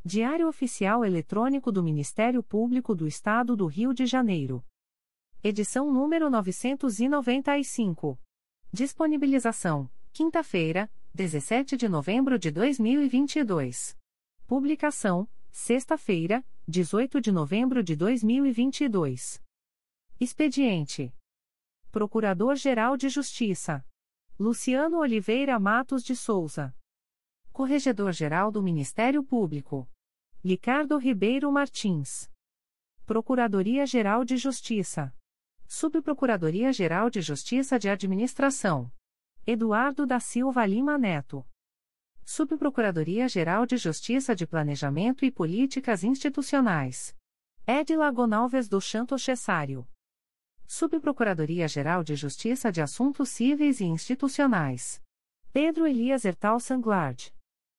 Diário Oficial Eletrônico do Ministério Público do Estado do Rio de Janeiro. Edição número 995. Disponibilização: quinta-feira, 17 de novembro de 2022. Publicação: sexta-feira, 18 de novembro de 2022. Expediente: Procurador-Geral de Justiça Luciano Oliveira Matos de Souza. Corregedor-Geral do Ministério Público Ricardo Ribeiro Martins. Procuradoria-Geral de Justiça. Subprocuradoria-Geral de Justiça de Administração Eduardo da Silva Lima Neto. Subprocuradoria-Geral de Justiça de Planejamento e Políticas Institucionais Edila Gonalves do Santos Cessário. Subprocuradoria-Geral de Justiça de Assuntos Cíveis e Institucionais Pedro Elias Ertal Sanglard.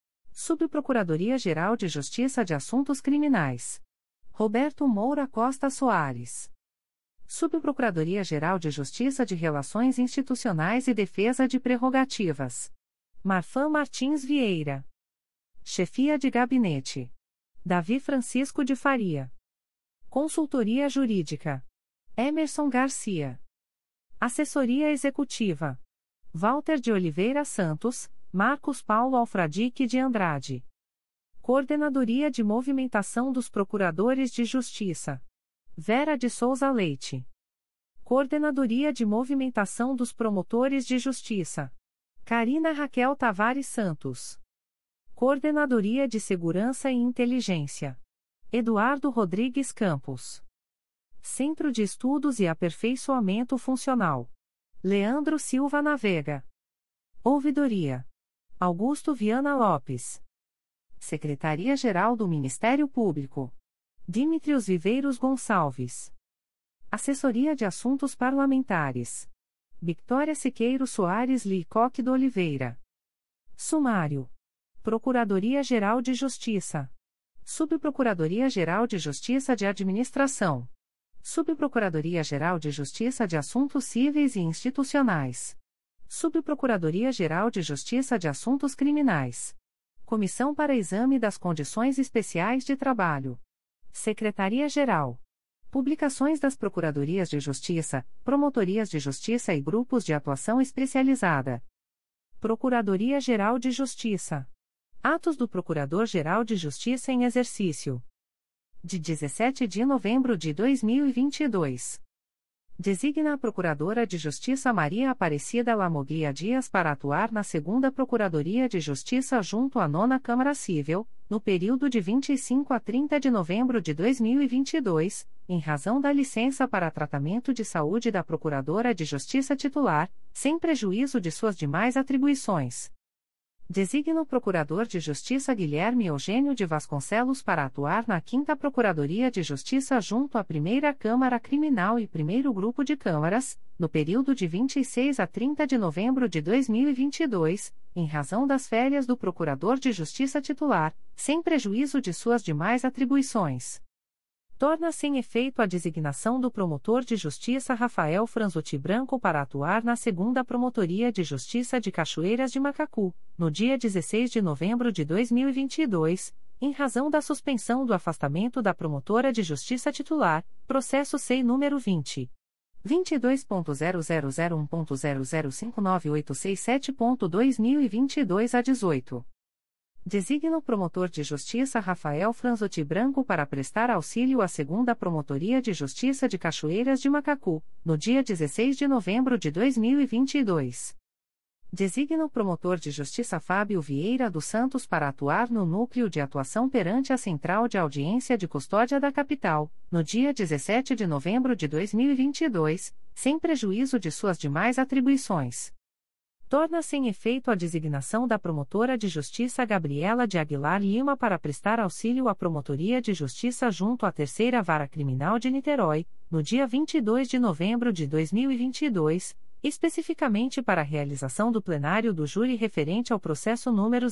Subprocuradoria-Geral de Justiça de Assuntos Criminais Roberto Moura Costa Soares. Subprocuradoria-Geral de Justiça de Relações Institucionais e Defesa de Prerrogativas Marfan Martins Vieira. Chefia de Gabinete Davi Francisco de Faria. Consultoria Jurídica Emerson Garcia. Assessoria Executiva Walter de Oliveira Santos, Marcos Paulo Alfradique de Andrade. Coordenadoria de Movimentação dos Procuradores de Justiça Vera de Souza Leite. Coordenadoria de Movimentação dos Promotores de Justiça Carina Raquel Tavares Santos. Coordenadoria de Segurança e Inteligência Eduardo Rodrigues Campos. Centro de Estudos e Aperfeiçoamento Funcional Leandro Silva Navega. Ouvidoria Augusto Viana Lopes. Secretaria-Geral do Ministério Público Dímitrios Viveiros Gonçalves. Assessoria de Assuntos Parlamentares Victória Siqueiro Soares Licoque do Oliveira. Sumário Procuradoria-Geral de Justiça Subprocuradoria-Geral de Justiça de Administração Subprocuradoria-Geral de Justiça de Assuntos Cíveis e Institucionais Subprocuradoria-Geral de Justiça de Assuntos Criminais Comissão para Exame das Condições Especiais de Trabalho Secretaria-Geral Publicações das Procuradorias de Justiça, Promotorias de Justiça e Grupos de Atuação Especializada. Procuradoria-Geral de Justiça. Atos do Procurador-Geral de Justiça em exercício. De 17 de novembro de 2022. Designa a Procuradora de Justiça Maria Aparecida Lamoglia Dias para atuar na 2ª Procuradoria de Justiça junto à 9ª Câmara Cível, no período de 25 a 30 de novembro de 2022, em razão da licença para tratamento de saúde da Procuradora de Justiça titular, sem prejuízo de suas demais atribuições. Designa o Procurador de Justiça Guilherme Eugênio de Vasconcelos para atuar na 5ª Procuradoria de Justiça junto à 1ª Câmara Criminal e 1º Grupo de Câmaras, no período de 26 a 30 de novembro de 2022, em razão das férias do Procurador de Justiça titular, sem prejuízo de suas demais atribuições. Torna sem efeito a designação do Promotor de Justiça Rafael Franzotti Branco para atuar na 2ª Promotoria de Justiça de Cachoeiras de Macacu, no dia 16 de novembro de 2022, em razão da suspensão do afastamento da Promotora de Justiça titular, processo SEI número 20. 22.0001.0059867.2022 a 18. Designa o Promotor de Justiça Rafael Franzotti Branco para prestar auxílio à 2ª Promotoria de Justiça de Cachoeiras de Macacu, no dia 16 de novembro de 2022. Designa o Promotor de Justiça Fábio Vieira dos Santos para atuar no Núcleo de Atuação perante a Central de Audiência de Custódia da Capital, no dia 17 de novembro de 2022, sem prejuízo de suas demais atribuições. Torna sem efeito a designação da Promotora de Justiça Gabriela de Aguilar Lima para prestar auxílio à Promotoria de Justiça junto à 3ª Vara Criminal de Niterói, no dia 22 de novembro de 2022, especificamente para a realização do plenário do júri referente ao processo número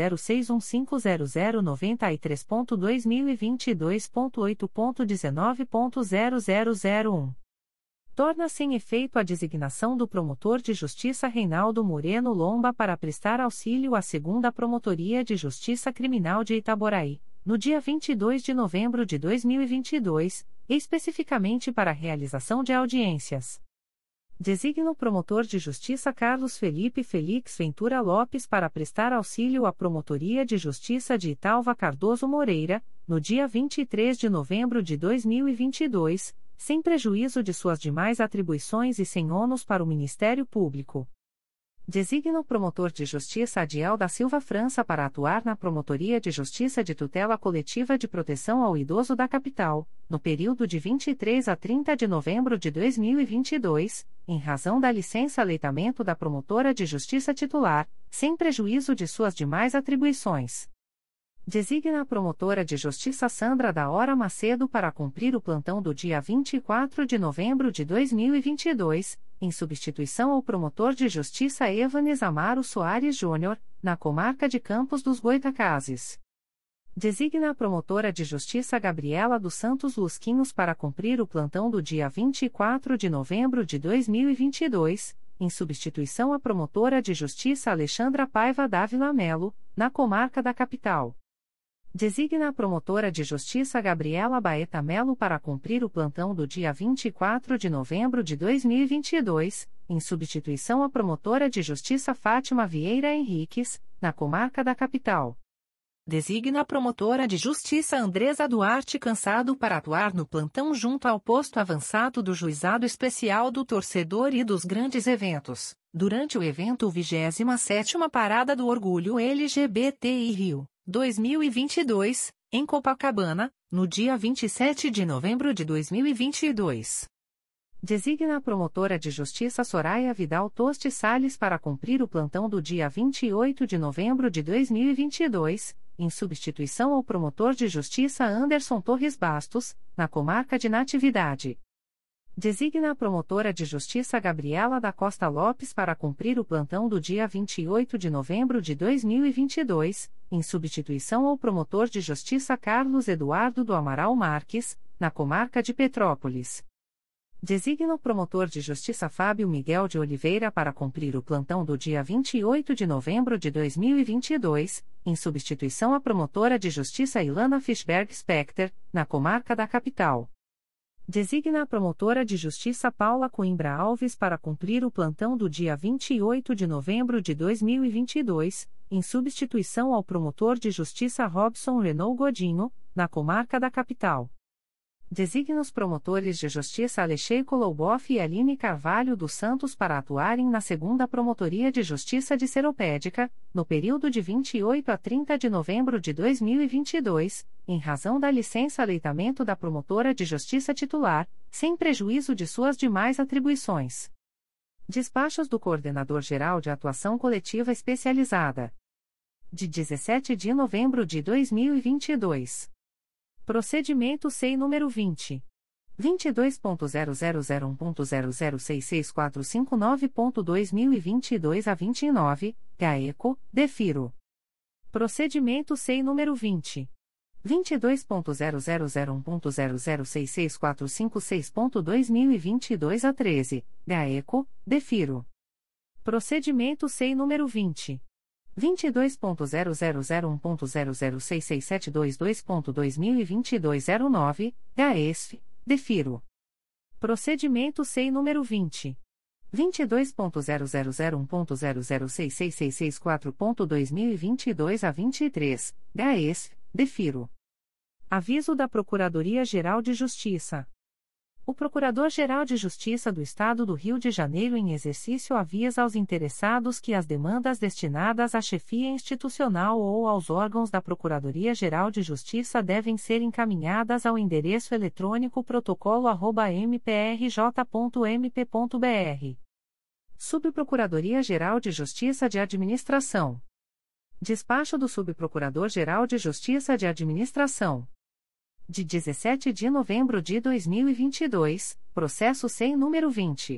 006150093.2022.8.19.0001. Torna sem efeito a designação do Promotor de Justiça Reinaldo Moreno Lomba para prestar auxílio à 2ª Promotoria de Justiça Criminal de Itaboraí, no dia 22 de novembro de 2022, especificamente para a realização de audiências. Designa o promotor de justiça Carlos Felipe Felix Ventura Lopes para prestar auxílio à Promotoria de Justiça de Italva Cardoso Moreira, no dia 23 de novembro de 2022, sem prejuízo de suas demais atribuições e sem ônus para o Ministério Público. Designa o promotor de justiça Adiel da Silva França para atuar na Promotoria de Justiça de Tutela Coletiva de Proteção ao Idoso da Capital, no período de 23 a 30 de novembro de 2022, em razão da licença-aleitamento da promotora de justiça titular, sem prejuízo de suas demais atribuições. Designa a promotora de justiça Sandra da Hora Macedo para cumprir o plantão do dia 24 de novembro de 2022, em substituição ao promotor de justiça Evanes Amaro Soares Júnior, na comarca de Campos dos Goytacazes. Designa a promotora de justiça Gabriela dos Santos Lusquinhos para cumprir o plantão do dia 24 de novembro de 2022, em substituição à promotora de justiça Alexandra Paiva Dávila Melo, na comarca da Capital. Designa a promotora de justiça Gabriela Baeta Melo para cumprir o plantão do dia 24 de novembro de 2022, em substituição à promotora de justiça Fátima Vieira Henriques, na comarca da Capital. Designa a promotora de justiça Andresa Duarte Cansado para atuar no plantão junto ao posto avançado do Juizado Especial do Torcedor e dos Grandes Eventos, durante o evento 27ª Parada do Orgulho LGBTI Rio 2022, em Copacabana, no dia 27 de novembro de 2022. Designa a promotora de justiça Soraya Vidal Toste Salles para cumprir o plantão do dia 28 de novembro de 2022, em substituição ao promotor de justiça Anderson Torres Bastos, na comarca de Natividade. Designa a promotora de justiça Gabriela da Costa Lopes para cumprir o plantão do dia 28 de novembro de 2022, em substituição ao promotor de justiça Carlos Eduardo do Amaral Marques, na comarca de Petrópolis. Designa o promotor de justiça Fábio Miguel de Oliveira para cumprir o plantão do dia 28 de novembro de 2022, em substituição à promotora de justiça Ilana Fischberg Specter, na comarca da Capital. Designa a promotora de justiça Paula Coimbra Alves para cumprir o plantão do dia 28 de novembro de 2022, em substituição ao promotor de justiça Robson Renault Godinho, na comarca da Capital. Designa os promotores de justiça Alexei Koloboff e Aline Carvalho dos Santos para atuarem na 2ª Promotoria de Justiça de Seropédica, no período de 28 a 30 de novembro de 2022, em razão da licença-aleitamento da promotora de justiça titular, sem prejuízo de suas demais atribuições. Despachos do Coordenador-Geral de Atuação Coletiva Especializada. De 17 de novembro de 2022. Procedimento SEI número 20. 22.0001.0066459.2022 a 29, GAECO, DEFIRO. Procedimento SEI número 20. 22.0001.0066456.2022 a 13, GAECO, DEFIRO. Procedimento SEI número 20. 22.0001.0066722.2022 a 09, GAESF, DEFIRO. Procedimento SEI número 20. 22.0001.0066664.2022 a 23, GAESF, DEFIRO. Aviso da Procuradoria-Geral de Justiça. O Procurador-Geral de Justiça do Estado do Rio de Janeiro em exercício avisa aos interessados que as demandas destinadas à chefia institucional ou aos órgãos da Procuradoria-Geral de Justiça devem ser encaminhadas ao endereço eletrônico protocolo@mprj.mp.br. Subprocuradoria-Geral de Justiça de Administração. Despacho do Subprocurador-Geral de Justiça de Administração. De 17 de novembro de 2022, processo SEI número 20.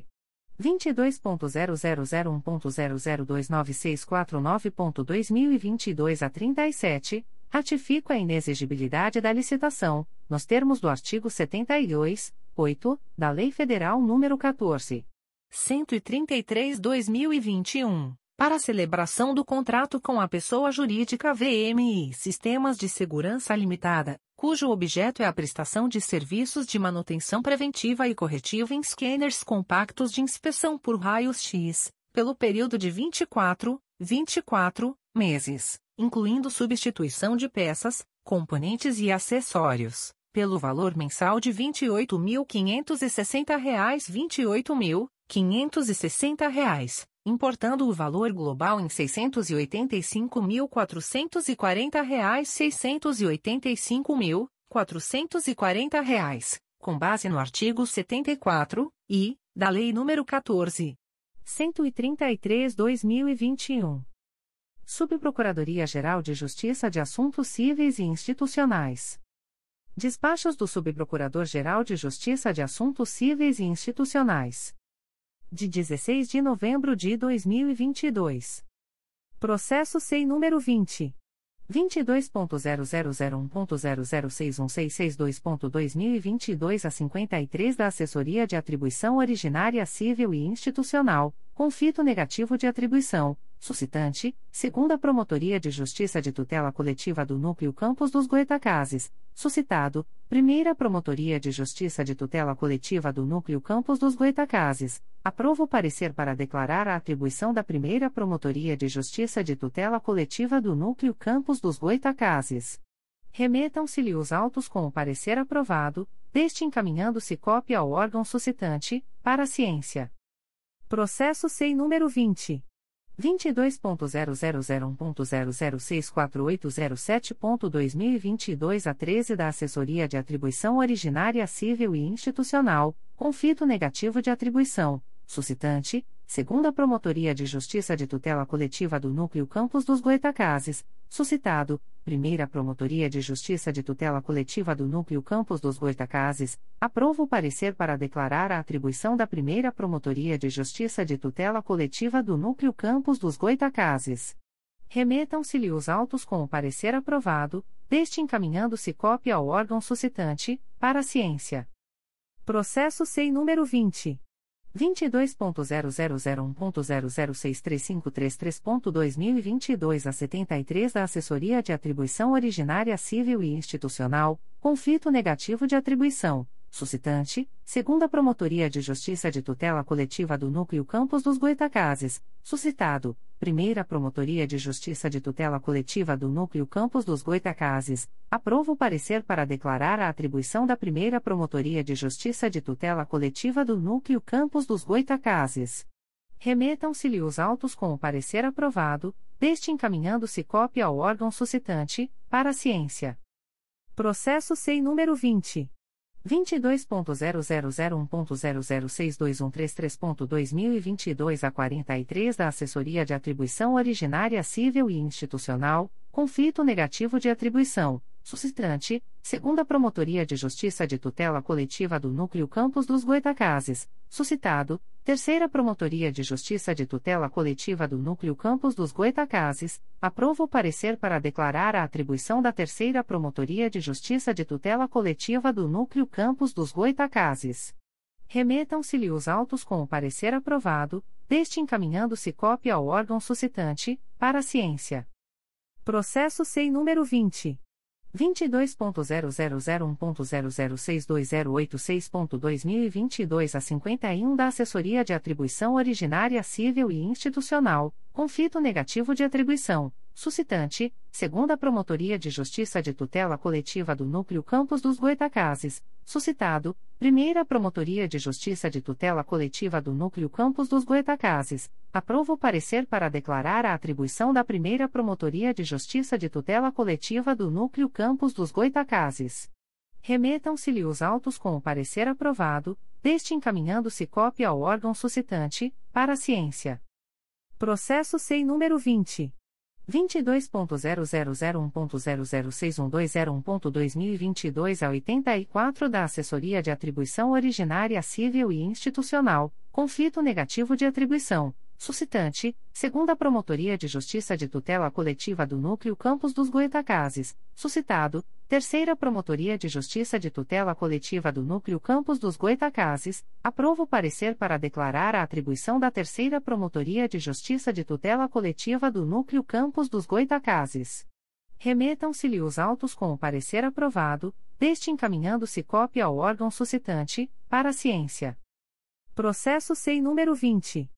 22.0001.0029649.2022 a 37, ratifico a inexigibilidade da licitação, nos termos do artigo 72, 8, da Lei Federal nº 14.133/2021, para a celebração do contrato com a pessoa jurídica VMI Sistemas de Segurança Limitada, cujo objeto é a prestação de serviços de manutenção preventiva e corretiva em scanners compactos de inspeção por raios-x, pelo período de 24 meses, incluindo substituição de peças, componentes e acessórios, pelo valor mensal de R$ 28.560 R$ 28.560, importando o valor global em R$ 685.440 R$ 685.440, com base no artigo 74-I da Lei nº 14.133/2021. Subprocuradoria-Geral de Justiça de Assuntos Cíveis e Institucionais. Despachos do Subprocurador-Geral de Justiça de Assuntos Cíveis e Institucionais. De 16 de novembro de 2022. Processo SEI número 20. 22.0001.0061662.2022 a 53 da Assessoria de Atribuição Originária Civil e Institucional, com fito negativo de atribuição, suscitante, segunda Promotoria de Justiça de Tutela Coletiva do Núcleo Campos dos Goytacazes, suscitado, primeira Promotoria de Justiça de Tutela Coletiva do Núcleo Campos dos Goytacazes, aprova o parecer para declarar a atribuição da primeira Promotoria de Justiça de Tutela Coletiva do Núcleo Campos dos Goytacazes. Remetam-se-lhe os autos com o parecer aprovado, deste encaminhando-se cópia ao órgão suscitante, para a ciência. Processo SEI número 20. 22.0001.0064807.2022 a 13 da Assessoria de Atribuição Originária Civil e Institucional, com fito negativo de atribuição, suscitante, segunda Promotoria de Justiça de Tutela Coletiva do Núcleo Campos dos Goytacazes, suscitado, primeira Promotoria de Justiça de Tutela Coletiva do Núcleo Campos dos Goytacazes, aprova o parecer para declarar a atribuição da primeira Promotoria de Justiça de Tutela Coletiva do Núcleo Campos dos Goytacazes. Remetam-se-lhe os autos com o parecer aprovado, deste encaminhando-se cópia ao órgão suscitante, para a ciência. Processo SEI número 20. 22.0001.0063533.2022 a 73 da Assessoria de Atribuição Originária Civil e Institucional, com fito negativo de atribuição, suscitante, segunda Promotoria de Justiça de Tutela Coletiva do Núcleo Campos dos Goytacazes, suscitado, primeira Promotoria de Justiça de Tutela Coletiva do Núcleo Campos dos Goytacazes, aprova o parecer para declarar a atribuição da primeira Promotoria de Justiça de Tutela Coletiva do Núcleo Campos dos Goytacazes. Remetam-se-lhe os autos com o parecer aprovado, deste encaminhando-se cópia ao órgão suscitante, para a ciência. Processo SEI número 20. 22.0001.0062133.2022 a 43 da Assessoria de Atribuição Originária Civil e Institucional, com fito negativo de atribuição, suscitante, segunda Promotoria de Justiça de Tutela Coletiva do Núcleo Campos dos Goytacazes, suscitado, terceira Promotoria de Justiça de Tutela Coletiva do Núcleo Campos dos Goytacazes, aprova o parecer para declarar a atribuição da terceira Promotoria de Justiça de Tutela Coletiva do Núcleo Campos dos Goytacazes. Remetam-se-lhe os autos com o parecer aprovado, deste encaminhando-se cópia ao órgão suscitante, para a ciência. Processo SEI número 20. 22.0001.0062086.2022 a 51 da Assessoria de Atribuição Originária Civil e Institucional, com fito negativo de atribuição, suscitante, segunda Promotoria de Justiça de Tutela Coletiva do Núcleo Campos dos Goytacazes, suscitado, primeira Promotoria de Justiça de Tutela Coletiva do Núcleo Campos dos Goytacazes, aprova o parecer para declarar a atribuição da primeira Promotoria de Justiça de Tutela Coletiva do Núcleo Campos dos Goytacazes. Remetam-se-lhe os autos com o parecer aprovado, deste encaminhando-se cópia ao órgão suscitante, para a ciência. Processo SEI número 20. 22.0001.0061201.2022 a 84 da Assessoria de Atribuição Originária Civil e Institucional, com fito negativo de atribuição, Suscitante, segunda Promotoria de Justiça de Tutela Coletiva do Núcleo Campos dos Goytacazes, suscitado, terceira Promotoria de Justiça de Tutela Coletiva do Núcleo Campos dos Goytacazes, aprova o parecer para declarar a atribuição da terceira Promotoria de Justiça de Tutela Coletiva do Núcleo Campos dos Goytacazes. Remetam-se-lhe os autos com o parecer aprovado, deste encaminhando-se cópia ao órgão suscitante, para a ciência. Processo SEI número 20.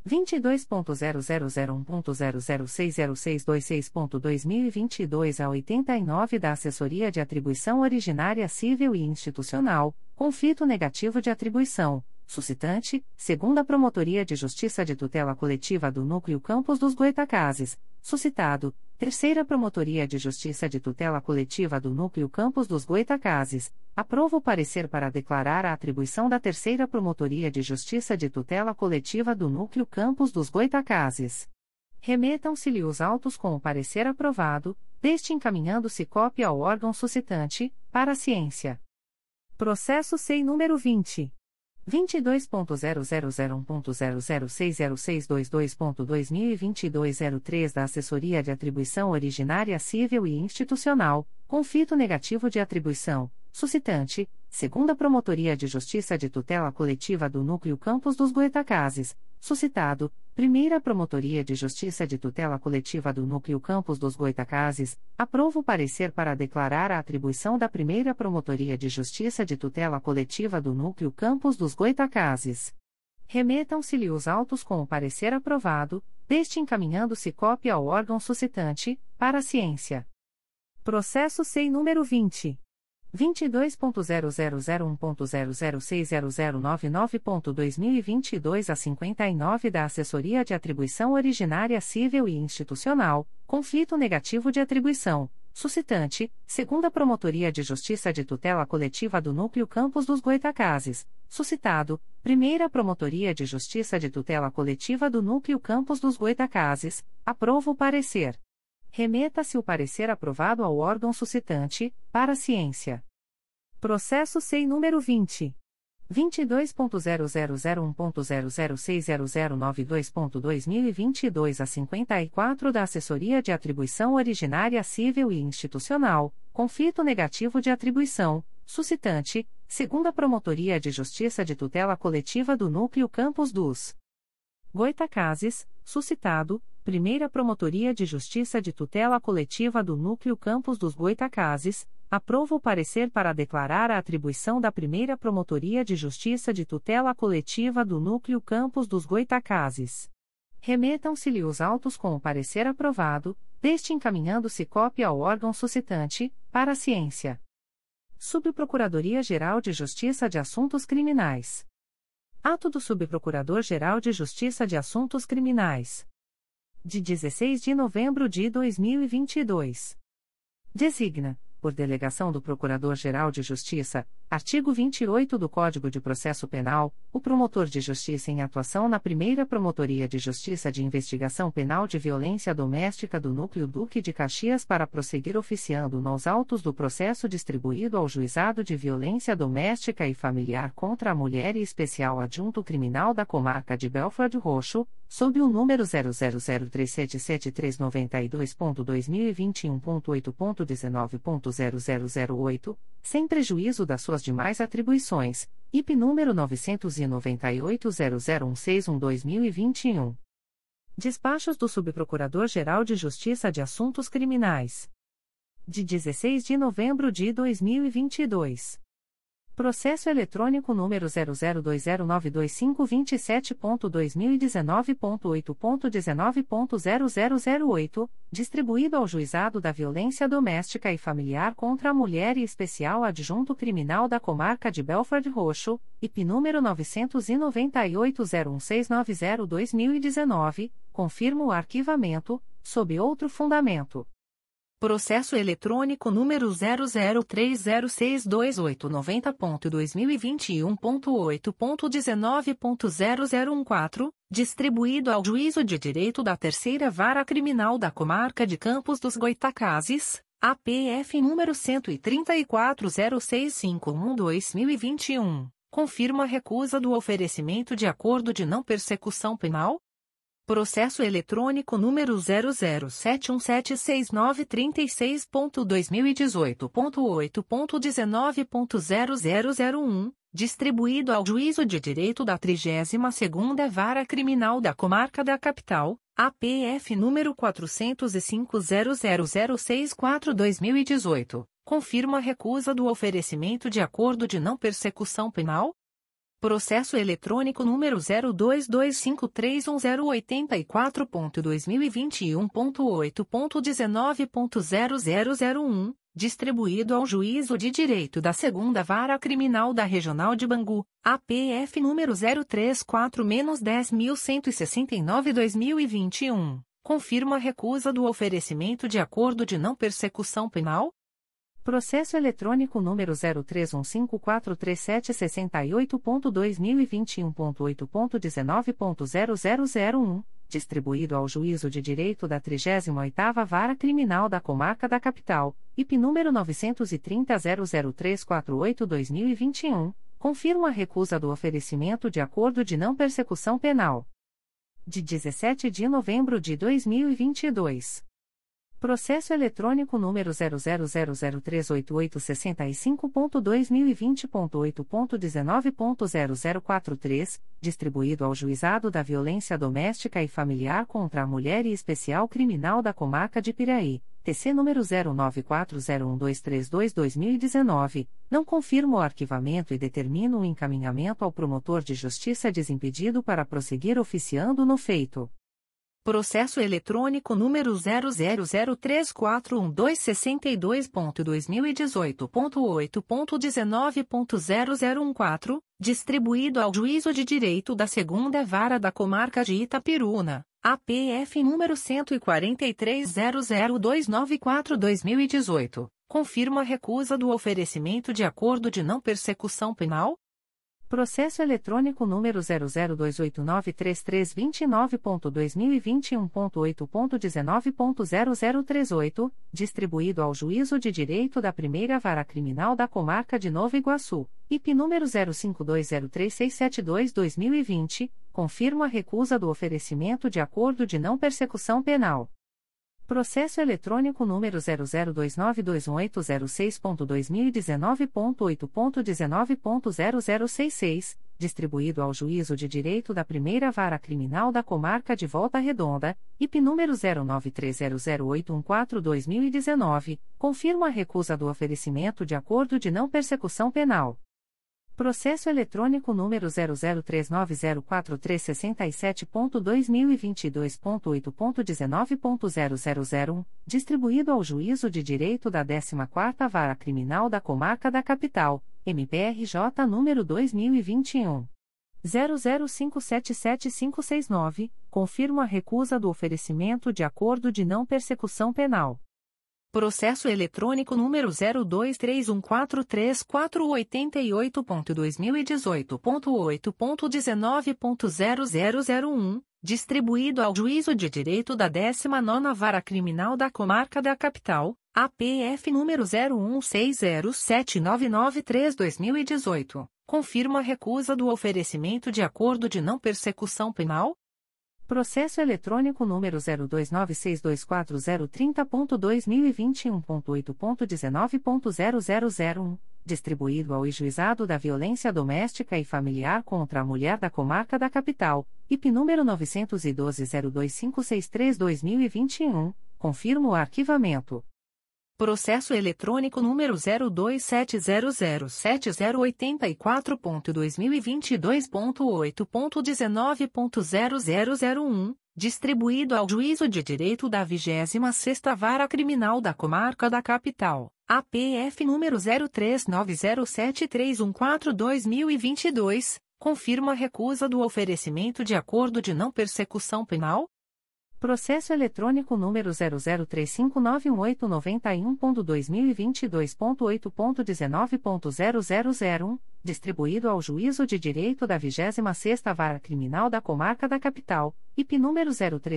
22.0001.0060626.2022 a 89 da Assessoria de Atribuição Originária Civil e Institucional, conflito negativo de atribuição, suscitante, segunda Promotoria de Justiça de Tutela Coletiva do Núcleo Campos dos Goytacazes, suscitado, terceira Promotoria de Justiça de Tutela Coletiva do Núcleo Campos dos Goytacazes, aprova o parecer para declarar a atribuição da terceira Promotoria de Justiça de Tutela Coletiva do Núcleo Campos dos Goytacazes. Remetam-se-lhe os autos com o parecer aprovado, deste encaminhando-se cópia ao órgão suscitante, para a ciência. Processo SEI número 20. 22.0001.0060622.2022 a 03 da Assessoria de Atribuição Originária Civil e Institucional, conflito negativo de atribuição, suscitante, segunda Promotoria de Justiça de Tutela Coletiva do Núcleo Campos dos Goytacazes, suscitado, primeira Promotoria de Justiça de Tutela Coletiva do Núcleo Campos dos Goytacazes, aprova o parecer para declarar a atribuição da primeira Promotoria de Justiça de Tutela Coletiva do Núcleo Campos dos Goytacazes. Remetam-se-lhe os autos com o parecer aprovado, deste encaminhando-se cópia ao órgão suscitante, para a ciência. Processo SEI número 20. 22.0001.0060099.2022 a 59 da Assessoria de Atribuição Originária Civil e Institucional, conflito negativo de atribuição, suscitante, segunda Promotoria de Justiça de Tutela Coletiva do Núcleo Campos dos Goytacazes, suscitado, primeira Promotoria de Justiça de Tutela Coletiva do Núcleo Campos dos Goytacazes, aprova o parecer. Remeta-se o parecer aprovado ao órgão suscitante, para a ciência. Processo SEI número 20. 22.0001.0060092.2022 a 54 da Assessoria de Atribuição Originária Civil e Institucional, conflito negativo de atribuição, suscitante, segunda Promotoria de Justiça de Tutela Coletiva do Núcleo Campos dos Goytacazes, suscitado, primeira Promotoria de Justiça de Tutela Coletiva do Núcleo Campos dos Goytacazes, aprova o parecer para declarar a atribuição da primeira Promotoria de Justiça de Tutela Coletiva do Núcleo Campos dos Goytacazes. Remetam-se-lhe os autos com o parecer aprovado, deste encaminhando-se cópia ao órgão suscitante, para a ciência. Subprocuradoria-Geral de Justiça de Assuntos Criminais. Ato do Subprocurador-Geral de Justiça de Assuntos Criminais. De 16 de novembro de 2022. Designa, por delegação do Procurador-Geral de Justiça, artigo 28 do Código de Processo Penal, o promotor de justiça em atuação na primeira Promotoria de Justiça de Investigação Penal de Violência Doméstica do Núcleo Duque de Caxias para prosseguir oficiando nos autos do processo distribuído ao Juizado de Violência Doméstica e Familiar contra a Mulher e Especial Adjunto Criminal da Comarca de Belford Roxo, sob o número 000377392.2021.8.19.0008, sem prejuízo das suas demais atribuições, IP número 998.00161/2021. Despachos do Subprocurador-Geral de Justiça de Assuntos Criminais. De 16 de novembro de 2022. Processo eletrônico número 002092527.2019.8.19.0008, distribuído ao Juizado da Violência Doméstica e Familiar contra a Mulher e Especial Adjunto Criminal da Comarca de Belford Roxo, IP número 900.01690/2019, confirma o arquivamento, sob outro fundamento. Processo eletrônico número 003062890.2021.8.19.0014, distribuído ao Juízo de Direito da Terceira Vara Criminal da Comarca de Campos dos Goytacazes, APF número 134065/2021, confirma a recusa do oferecimento de acordo de não persecução penal? Processo eletrônico número 007173936.2018.8.19.0001, distribuído ao Juízo de Direito da 32ª Vara Criminal da Comarca da Capital, APF número 405.00064/2018, confirma a recusa do oferecimento de acordo de não persecução penal. Processo eletrônico número 022531084.2021.8.19.0001, distribuído ao Juízo de Direito da 2ª Vara Criminal da Regional de Bangu, APF número 034-10169/2021, confirma a recusa do oferecimento de acordo de não persecução penal. Processo eletrônico número 031543768.2021.8.19.0001, distribuído ao Juízo de Direito da 38ª Vara Criminal da Comarca da Capital, IP número 930.00348/2021, confirma a recusa do oferecimento de acordo de não persecução penal. De 17 de novembro de 2022. Processo eletrônico número 000038865.2020.8.19.0043, distribuído ao Juizado da Violência Doméstica e Familiar contra a Mulher e Especial Criminal da Comarca de Piraí, TC número 09401232/2019, não confirma o arquivamento e determina o encaminhamento ao promotor de justiça desimpedido para prosseguir oficiando no feito. Processo eletrônico número 000341262.2018.8.19.0014, distribuído ao Juízo de Direito da 2ª Vara da Comarca de Itapiruna, APF número 14300294/2018, confirma a recusa do oferecimento de acordo de não persecução penal. Processo eletrônico número 002893329.2021.8.19.0038, distribuído ao Juízo de Direito da 1ª Vara Criminal da Comarca de Nova Iguaçu, IP número 05203672/2020, confirma a recusa do oferecimento de acordo de não persecução penal. Processo eletrônico número 002921806.2019.8.19.0066, distribuído ao Juízo de Direito da 1ª Vara Criminal da Comarca de Volta Redonda, IP número 09300814/2019, confirma a recusa do oferecimento de acordo de não persecução penal. Processo eletrônico número 003904367.2022.8.19.0001, distribuído ao Juízo de Direito da 14ª Vara Criminal da Comarca da Capital, MPRJ número 2021 00577569, confirma a recusa do oferecimento de acordo de não persecução penal. Processo eletrônico número 023143488.2018.8.19.0001, distribuído ao Juízo de Direito da 19ª Vara Criminal da Comarca da Capital, APF número 01607993/2018, confirma a recusa do oferecimento de acordo de não persecução penal. Processo eletrônico número 029624030.2021.8.19.0001, distribuído ao Juizado da Violência Doméstica e Familiar contra a Mulher da Comarca da Capital, IP número 912-02563/2021, confirma o arquivamento. Processo eletrônico número 027007084.2022.8.19.0001, distribuído ao Juízo de Direito da 26ª Vara Criminal da Comarca da Capital, APF número 03907314/2022, confirma a recusa do oferecimento de acordo de não persecução penal. Processo eletrônico número 003591891.2022.8.19.0001, distribuído ao Juízo de Direito da 26ª Vara Criminal da Comarca da Capital, IP número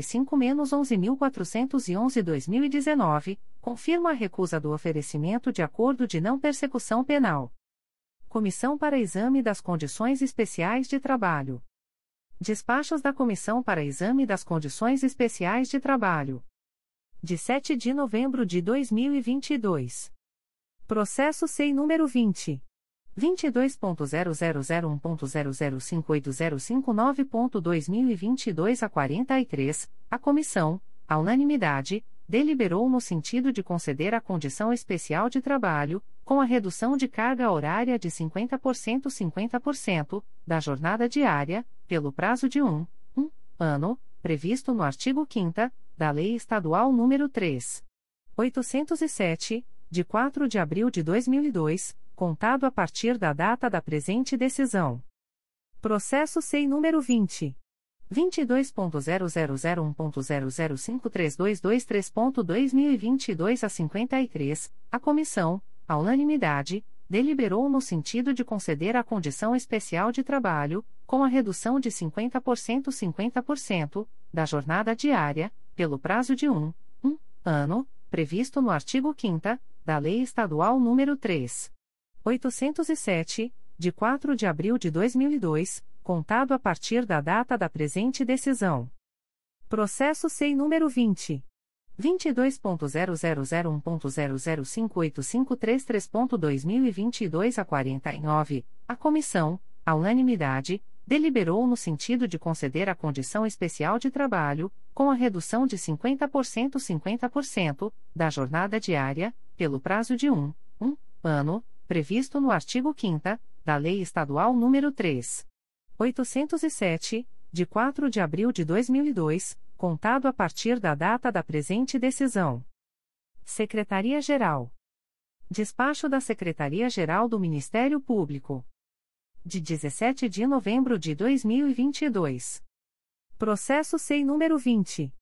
035-11411/2019, confirma a recusa do oferecimento de acordo de não persecução penal. Comissão para Exame das Condições Especiais de Trabalho. Despachos da Comissão para Exame das Condições Especiais de Trabalho. De 7 de novembro de 2022. Processo SEI número 20. 22.0001.0058059.2022 a 43, a comissão, à unanimidade, deliberou no sentido de conceder a condição especial de trabalho, com a redução de carga horária de 50% da jornada diária, pelo prazo de um ano, previsto no artigo 5º da Lei Estadual nº 3.807, de 4 de abril de 2002, contado a partir da data da presente decisão. Processo SEI número 20. 22.0001.0053222.2022 a 53, a comissão, à unanimidade, deliberou no sentido de conceder a condição especial de trabalho, com a redução de 50% da jornada diária, pelo prazo de um ano, previsto no artigo 5º da Lei Estadual nº 3.807, de 4 de abril de 2002, contado a partir da data da presente decisão. Processo SEI número 20. 22.0001.0058533.2022 a 49, a comissão, à unanimidade, deliberou no sentido de conceder a condição especial de trabalho, com a redução de 50% da jornada diária, pelo prazo de um ano, previsto no artigo 5º da Lei Estadual nº 3.807, de 4 de abril de 2002, contado a partir da data da presente decisão. Secretaria-Geral. Despacho da Secretaria-Geral do Ministério Público. De 17 de novembro de 2022. Processo SEI número 20.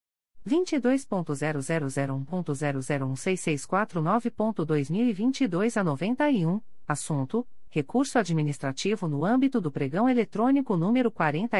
22.0001.0016649.2022 a 91, assunto: recurso administrativo no âmbito do pregão eletrônico número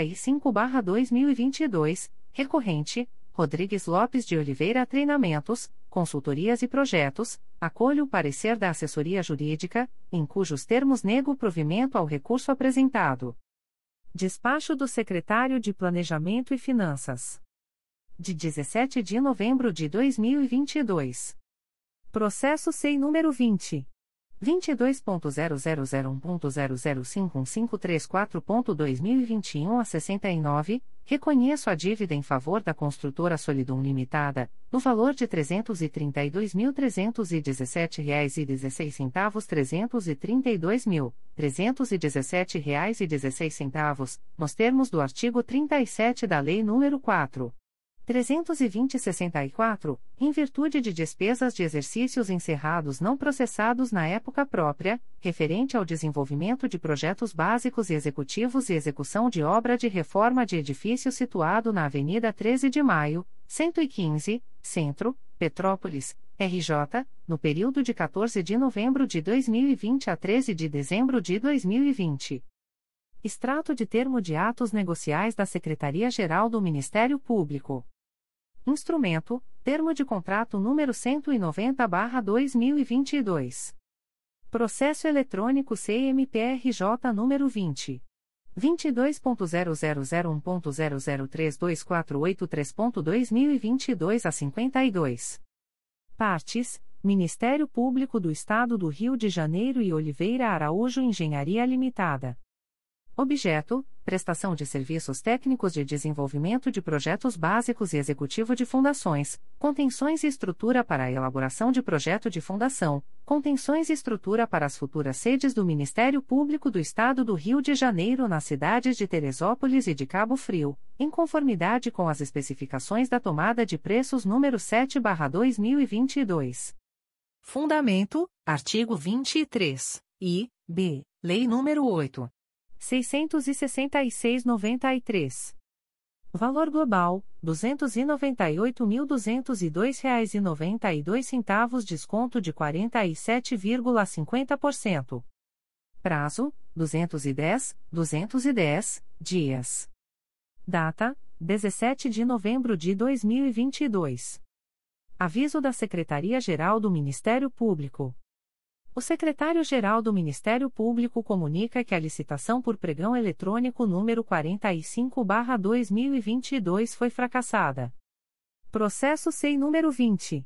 45/2022, recorrente, Rodrigues Lopes de Oliveira Treinamentos, Consultorias e Projetos, acolho o parecer da assessoria jurídica, em cujos termos nego provimento ao recurso apresentado. Despacho do Secretário de Planejamento e Finanças. De 17 de novembro de 2022. Processo SEI número 20. 22.0001.0051534.2021 a 69, reconheço a dívida em favor da construtora Solidum Limitada, no valor de R$ 332.317,16, R$ 332.317,16, nos termos do artigo 37 da Lei nº 4.320/64, em virtude de despesas de exercícios encerrados não processados na época própria, referente ao desenvolvimento de projetos básicos e executivos e execução de obra de reforma de edifício situado na Avenida 13 de Maio, 115, Centro, Petrópolis, RJ, no período de 14 de novembro de 2020 a 13 de dezembro de 2020. Extrato de termo de atos negociais da Secretaria-Geral do Ministério Público. Instrumento: termo de contrato número 190/2022. Processo eletrônico CMPRJ número 20. 22.0001.0032483.2022 a 52. Partes: Ministério Público do Estado do Rio de Janeiro e Oliveira Araújo Engenharia Limitada. Objeto: prestação de serviços técnicos de desenvolvimento de projetos básicos e executivo de fundações, contenções e estrutura para a elaboração de projeto de fundação, contenções e estrutura para as futuras sedes do Ministério Público do Estado do Rio de Janeiro nas cidades de Teresópolis e de Cabo Frio, em conformidade com as especificações da tomada de preços número 7/2022. Fundamento: artigo 23, e, b, Lei nº 8. 666,93. Valor global: R$ 298.202,92, desconto de 47,50%. Prazo: 210 dias. Data: 17 de novembro de 2022. Aviso da Secretaria-Geral do Ministério Público. O secretário-geral do Ministério Público comunica que a licitação por pregão eletrônico número 45/2022 foi fracassada. Processo SEI número 20.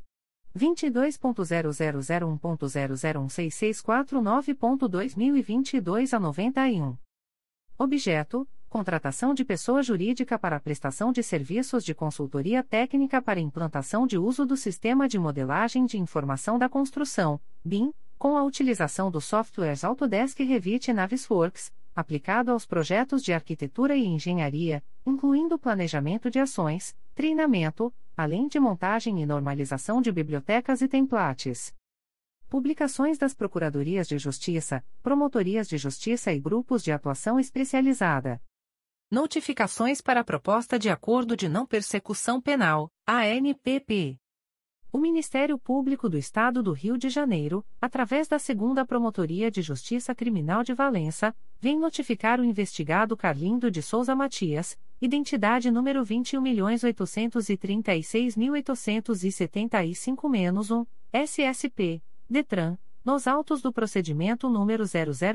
22.0001.0016649.2022 a 91. Objeto: contratação de pessoa jurídica para a prestação de serviços de consultoria técnica para implantação de uso do Sistema de Modelagem de Informação da Construção, BIM, com a utilização dos softwares Autodesk e Revit e Navisworks, aplicado aos projetos de arquitetura e engenharia, incluindo planejamento de ações, treinamento, além de montagem e normalização de bibliotecas e templates. Publicações das Procuradorias de Justiça, Promotorias de Justiça e Grupos de Atuação Especializada. Notificações para a Proposta de Acordo de Não Persecução Penal, ANPP. O Ministério Público do Estado do Rio de Janeiro, através da 2ª Promotoria de Justiça Criminal de Valença, vem notificar o investigado Carlindo de Souza Matias, identidade número 21.836.875-1, SSP, DETRAN, nos autos do procedimento número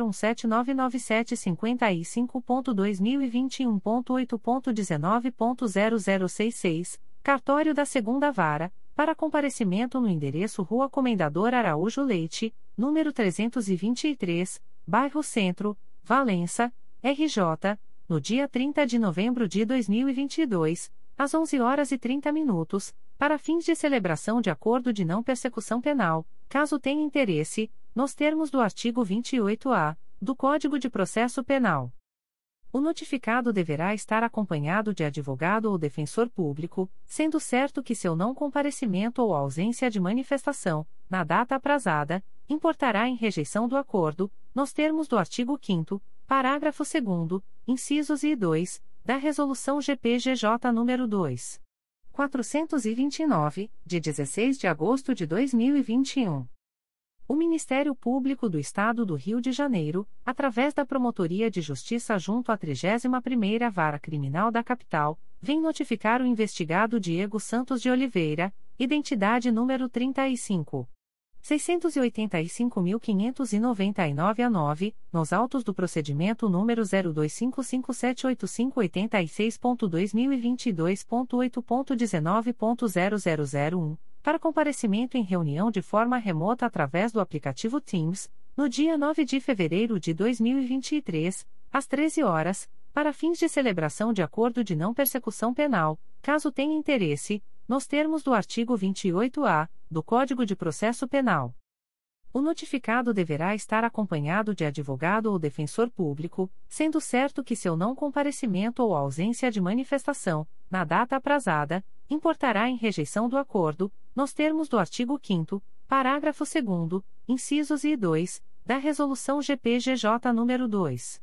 001799755.2021.8.19.0066, cartório da 2ª Vara, para comparecimento no endereço Rua Comendador Araújo Leite, número 323, Bairro Centro, Valença, RJ, no dia 30 de novembro de 2022, às 11h30, para fins de celebração de acordo de não persecução penal, caso tenha interesse, nos termos do artigo 28-A do Código de Processo Penal. O notificado deverá estar acompanhado de advogado ou defensor público, sendo certo que seu não comparecimento ou ausência de manifestação, na data aprazada, importará em rejeição do acordo, nos termos do artigo 5º, parágrafo 2º, incisos I e 2, da Resolução GPGJ nº 2. 429, de 16 de agosto de 2021. O Ministério Público do Estado do Rio de Janeiro, através da Promotoria de Justiça junto à 31ª Vara Criminal da Capital, vem notificar o investigado Diego Santos de Oliveira, identidade número 35. 685.599-9, nos autos do procedimento número 02557885.2022.8.19.0001, para comparecimento em reunião de forma remota através do aplicativo Teams, no dia 9 de fevereiro de 2023, às 13 horas, para fins de celebração de acordo de não persecução penal, caso tenha interesse, nos termos do artigo 28-A do Código de Processo Penal. O notificado deverá estar acompanhado de advogado ou defensor público, sendo certo que seu não comparecimento ou ausência de manifestação, na data aprazada, importará em rejeição do acordo, nos termos do artigo 5º, parágrafo 2º, incisos I e 2, da Resolução GPGJ nº 2.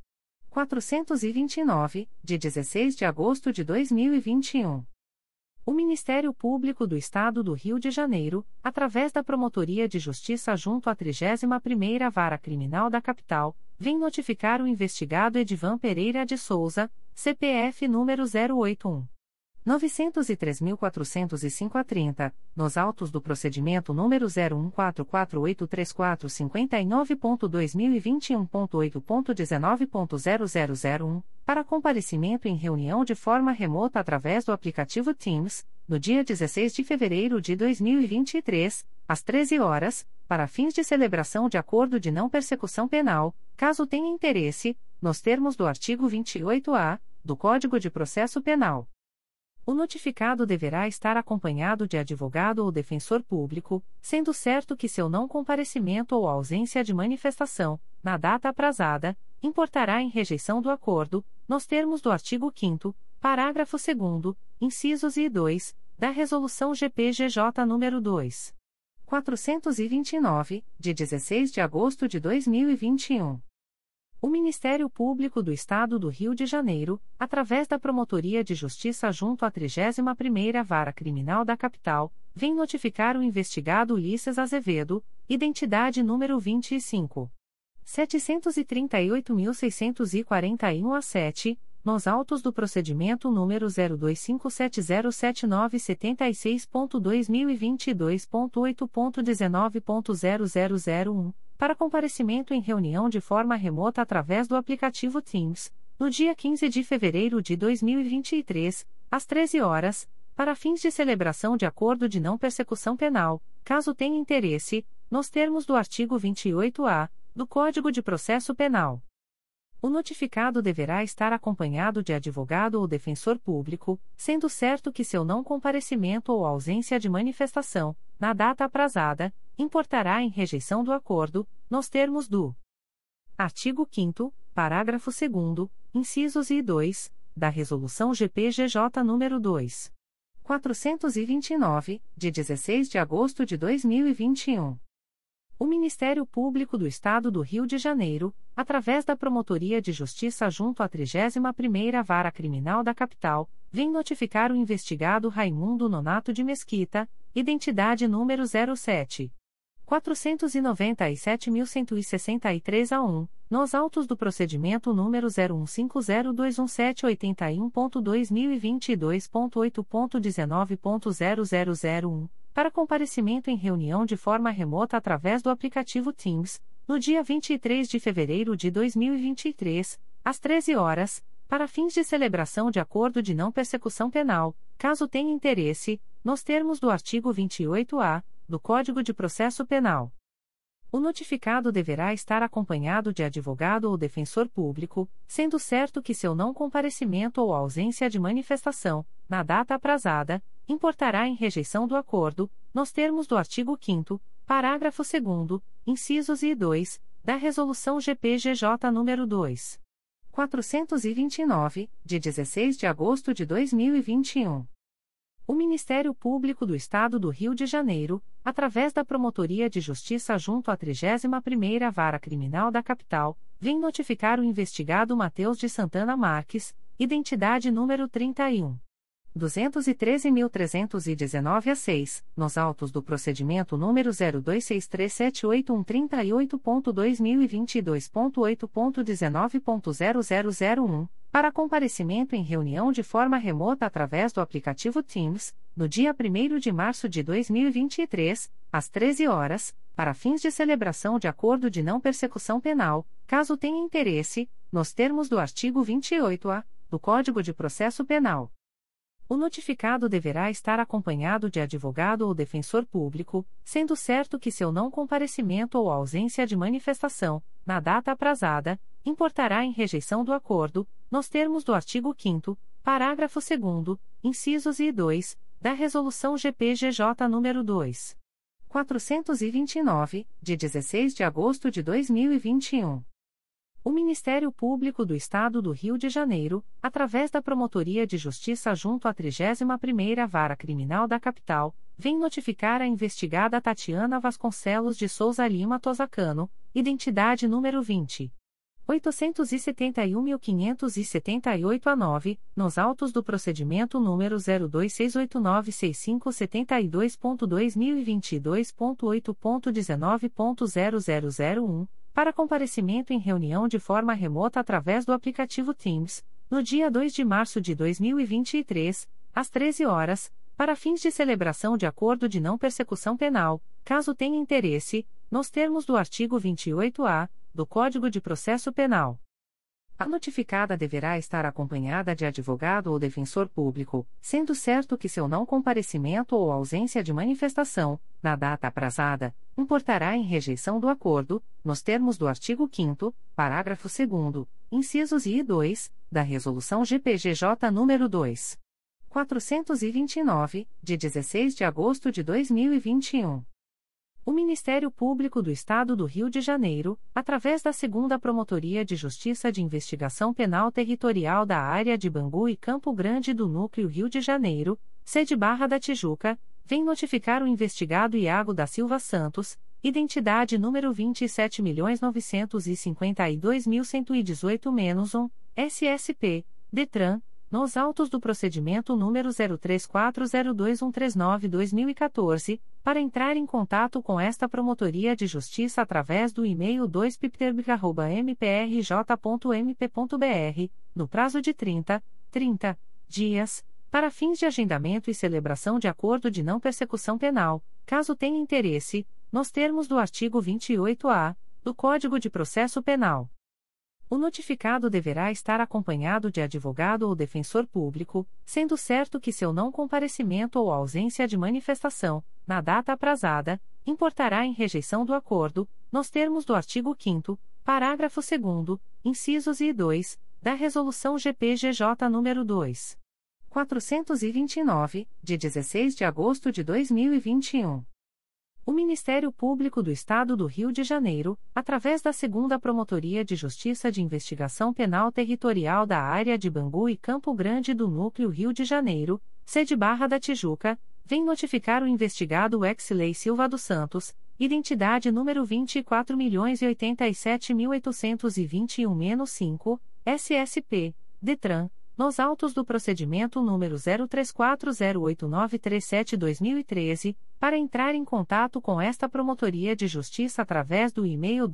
429, de 16 de agosto de 2021. O Ministério Público do Estado do Rio de Janeiro, através da Promotoria de Justiça junto à 31ª Vara Criminal da Capital, vem notificar o investigado Edivan Pereira de Souza, CPF número 081. 903.405-30, nos autos do procedimento número 014483459.2021.8.19.0001, para comparecimento em reunião de forma remota através do aplicativo Teams, no dia 16 de fevereiro de 2023, às 13 horas, para fins de celebração de acordo de não persecução penal, caso tenha interesse, nos termos do artigo 28-A do Código de Processo Penal. O notificado deverá estar acompanhado de advogado ou defensor público, sendo certo que seu não comparecimento ou ausência de manifestação, na data aprazada, importará em rejeição do acordo, nos termos do artigo 5º, parágrafo 2º, incisos I e 2, da Resolução GPGJ nº 2. 429, de 16 de agosto de 2021. O Ministério Público do Estado do Rio de Janeiro, através da Promotoria de Justiça junto à 31ª Vara Criminal da Capital, vem notificar o investigado Ulisses Azevedo, identidade número 25. 738.641-7, nos autos do procedimento número 0257079776.2022.8.19.0001, para comparecimento em reunião de forma remota através do aplicativo Teams, no dia 15 de fevereiro de 2023, às 13 horas, para fins de celebração de acordo de não persecução penal, caso tenha interesse, nos termos do artigo 28-A do Código de Processo Penal. O notificado deverá estar acompanhado de advogado ou defensor público, sendo certo que seu não comparecimento ou ausência de manifestação, na data aprazada, importará em rejeição do acordo, nos termos do artigo 5º, parágrafo 2º, incisos I e 2, da Resolução GPGJ nº 2. 429, de 16 de agosto de 2021. O Ministério Público do Estado do Rio de Janeiro, através da Promotoria de Justiça junto à 31ª Vara Criminal da Capital, vem notificar o investigado Raimundo Nonato de Mesquita, identidade número 07. 497.163-A1, nos autos do procedimento número 01502171.2022.8.19.0001, para comparecimento em reunião de forma remota através do aplicativo Teams, no dia 23 de fevereiro de 2023, às 13 horas, para fins de celebração de acordo de não persecução penal, caso tenha interesse, nos termos do artigo 28-A do Código de Processo Penal. O notificado deverá estar acompanhado de advogado ou defensor público, sendo certo que seu não comparecimento ou ausência de manifestação, na data aprazada, importará em rejeição do acordo, nos termos do artigo 5º, parágrafo 2º, incisos I e 2, da Resolução GPGJ nº 2. 429, de 16 de agosto de 2021. O Ministério Público do Estado do Rio de Janeiro, através da Promotoria de Justiça junto à 31ª Vara Criminal da Capital, vem notificar o investigado Matheus de Santana Marques, identidade número 31. 213.319-A6, nos autos do procedimento número 0263781338.2022.8.19.0001, para comparecimento em reunião de forma remota através do aplicativo Teams, no dia 1º de março de 2023, às 13 horas, para fins de celebração de acordo de não persecução penal, caso tenha interesse, nos termos do artigo 28-A do Código de Processo Penal. O notificado deverá estar acompanhado de advogado ou defensor público, sendo certo que seu não comparecimento ou ausência de manifestação, na data aprazada, importará em rejeição do acordo, nos termos do artigo 5º, parágrafo 2º, incisos I e 2, da Resolução GPGJ nº 2. 429, de 16 de agosto de 2021. O Ministério Público do Estado do Rio de Janeiro, através da Promotoria de Justiça junto à 31ª Vara Criminal da Capital, vem notificar a investigada Tatiana Vasconcelos de Souza Lima Tosacano, identidade número 20. 871.578-A9, nos autos do procedimento número 02689572.2022.8.19.0001, para comparecimento em reunião de forma remota através do aplicativo Teams, no dia 2 de março de 2023, às 13 horas, para fins de celebração de acordo de não persecução penal, caso tenha interesse, nos termos do artigo 28-A do Código de Processo Penal. A notificada deverá estar acompanhada de advogado ou defensor público, sendo certo que seu não comparecimento ou ausência de manifestação, na data aprazada, importará em rejeição do acordo, nos termos do artigo 5º, parágrafo 2º, incisos I e 2, da Resolução GPGJ nº 2. 429, de 16 de agosto de 2021. O Ministério Público do Estado do Rio de Janeiro, através da 2ª Promotoria de Justiça de Investigação Penal Territorial da Área de Bangu e Campo Grande do Núcleo Rio de Janeiro, sede Barra da Tijuca, vem notificar o investigado Iago da Silva Santos, identidade número 27.952.118-1, SSP, DETRAN, nos autos do procedimento número 03402139-2014, para entrar em contato com esta Promotoria de Justiça através do e-mail 2pipterb@mprj.mp.br, no prazo de 30 dias, para fins de agendamento e celebração de acordo de não persecução penal, caso tenha interesse, nos termos do artigo 28-A do Código de Processo Penal. O notificado deverá estar acompanhado de advogado ou defensor público, sendo certo que seu não comparecimento ou ausência de manifestação, na data aprazada, importará em rejeição do acordo, nos termos do artigo 5º, parágrafo 2º, incisos I e 2, da Resolução GPGJ nº 2. 429, de 16 de agosto de 2021. O Ministério Público do Estado do Rio de Janeiro, através da 2ª Promotoria de Justiça de Investigação Penal Territorial da Área de Bangu e Campo Grande do Núcleo Rio de Janeiro, sede Barra da Tijuca, vem notificar o investigado Wexley Silva dos Santos, identidade número 24.087.821-5, SSP, DETRAN, nos autos do procedimento número 03408937-2013, para entrar em contato com esta Promotoria de Justiça através do e-mail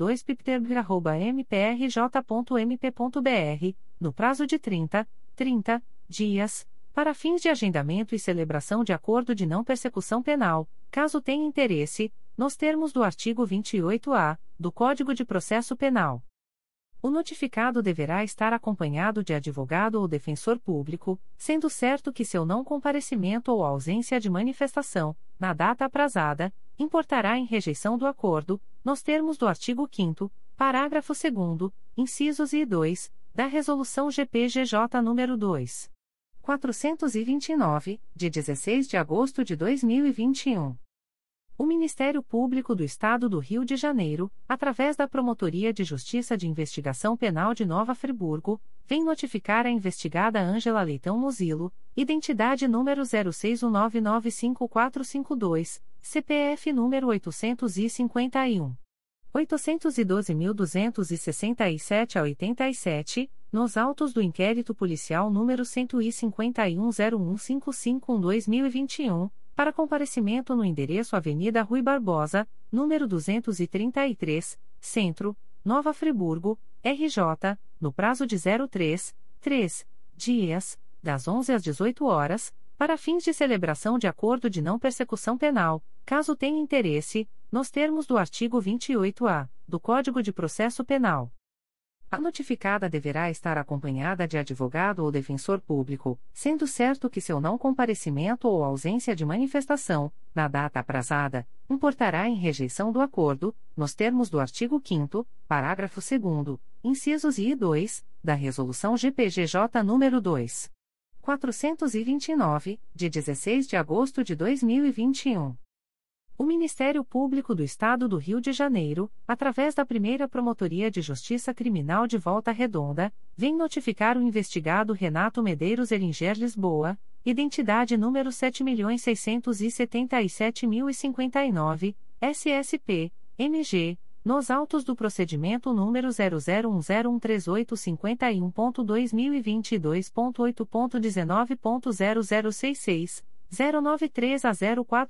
2pipterb@mprj.mp.br, no prazo de 30 dias, para fins de agendamento e celebração de acordo de não persecução penal, caso tenha interesse, nos termos do artigo 28-A do Código de Processo Penal. O notificado deverá estar acompanhado de advogado ou defensor público, sendo certo que seu não comparecimento ou ausência de manifestação, na data aprazada, importará em rejeição do acordo, nos termos do artigo 5º, parágrafo 2º, incisos I e 2, da Resolução GPGJ nº 2. 429, de 16 de agosto de 2021. O Ministério Público do Estado do Rio de Janeiro, através da Promotoria de Justiça de Investigação Penal de Nova Friburgo, vem notificar a investigada Ângela Leitão Muzilo, identidade número 0619954552, CPF número 851. 812.267 a 87, nos autos do inquérito policial número 151.01551-2021, para comparecimento no endereço Avenida Rui Barbosa, número 233, Centro, Nova Friburgo, RJ, no prazo de 03 dias, das 11 às 18 horas, para fins de celebração de acordo de não persecução penal, caso tenha interesse, nos termos do artigo 28-A do Código de Processo Penal. A notificada deverá estar acompanhada de advogado ou defensor público, sendo certo que seu não comparecimento ou ausência de manifestação, na data aprazada, importará em rejeição do acordo, nos termos do artigo 5º, parágrafo 2º, incisos I e 2, da Resolução GPGJ nº 2. 429, de 16 de agosto de 2021. O Ministério Público do Estado do Rio de Janeiro, através da 1ª Promotoria de Justiça Criminal de Volta Redonda, vem notificar o investigado Renato Medeiros Elinger Lisboa, identidade número 7.677.059, SSP, MG, nos autos do procedimento número 001013851.2022.8.19.0066, 093 a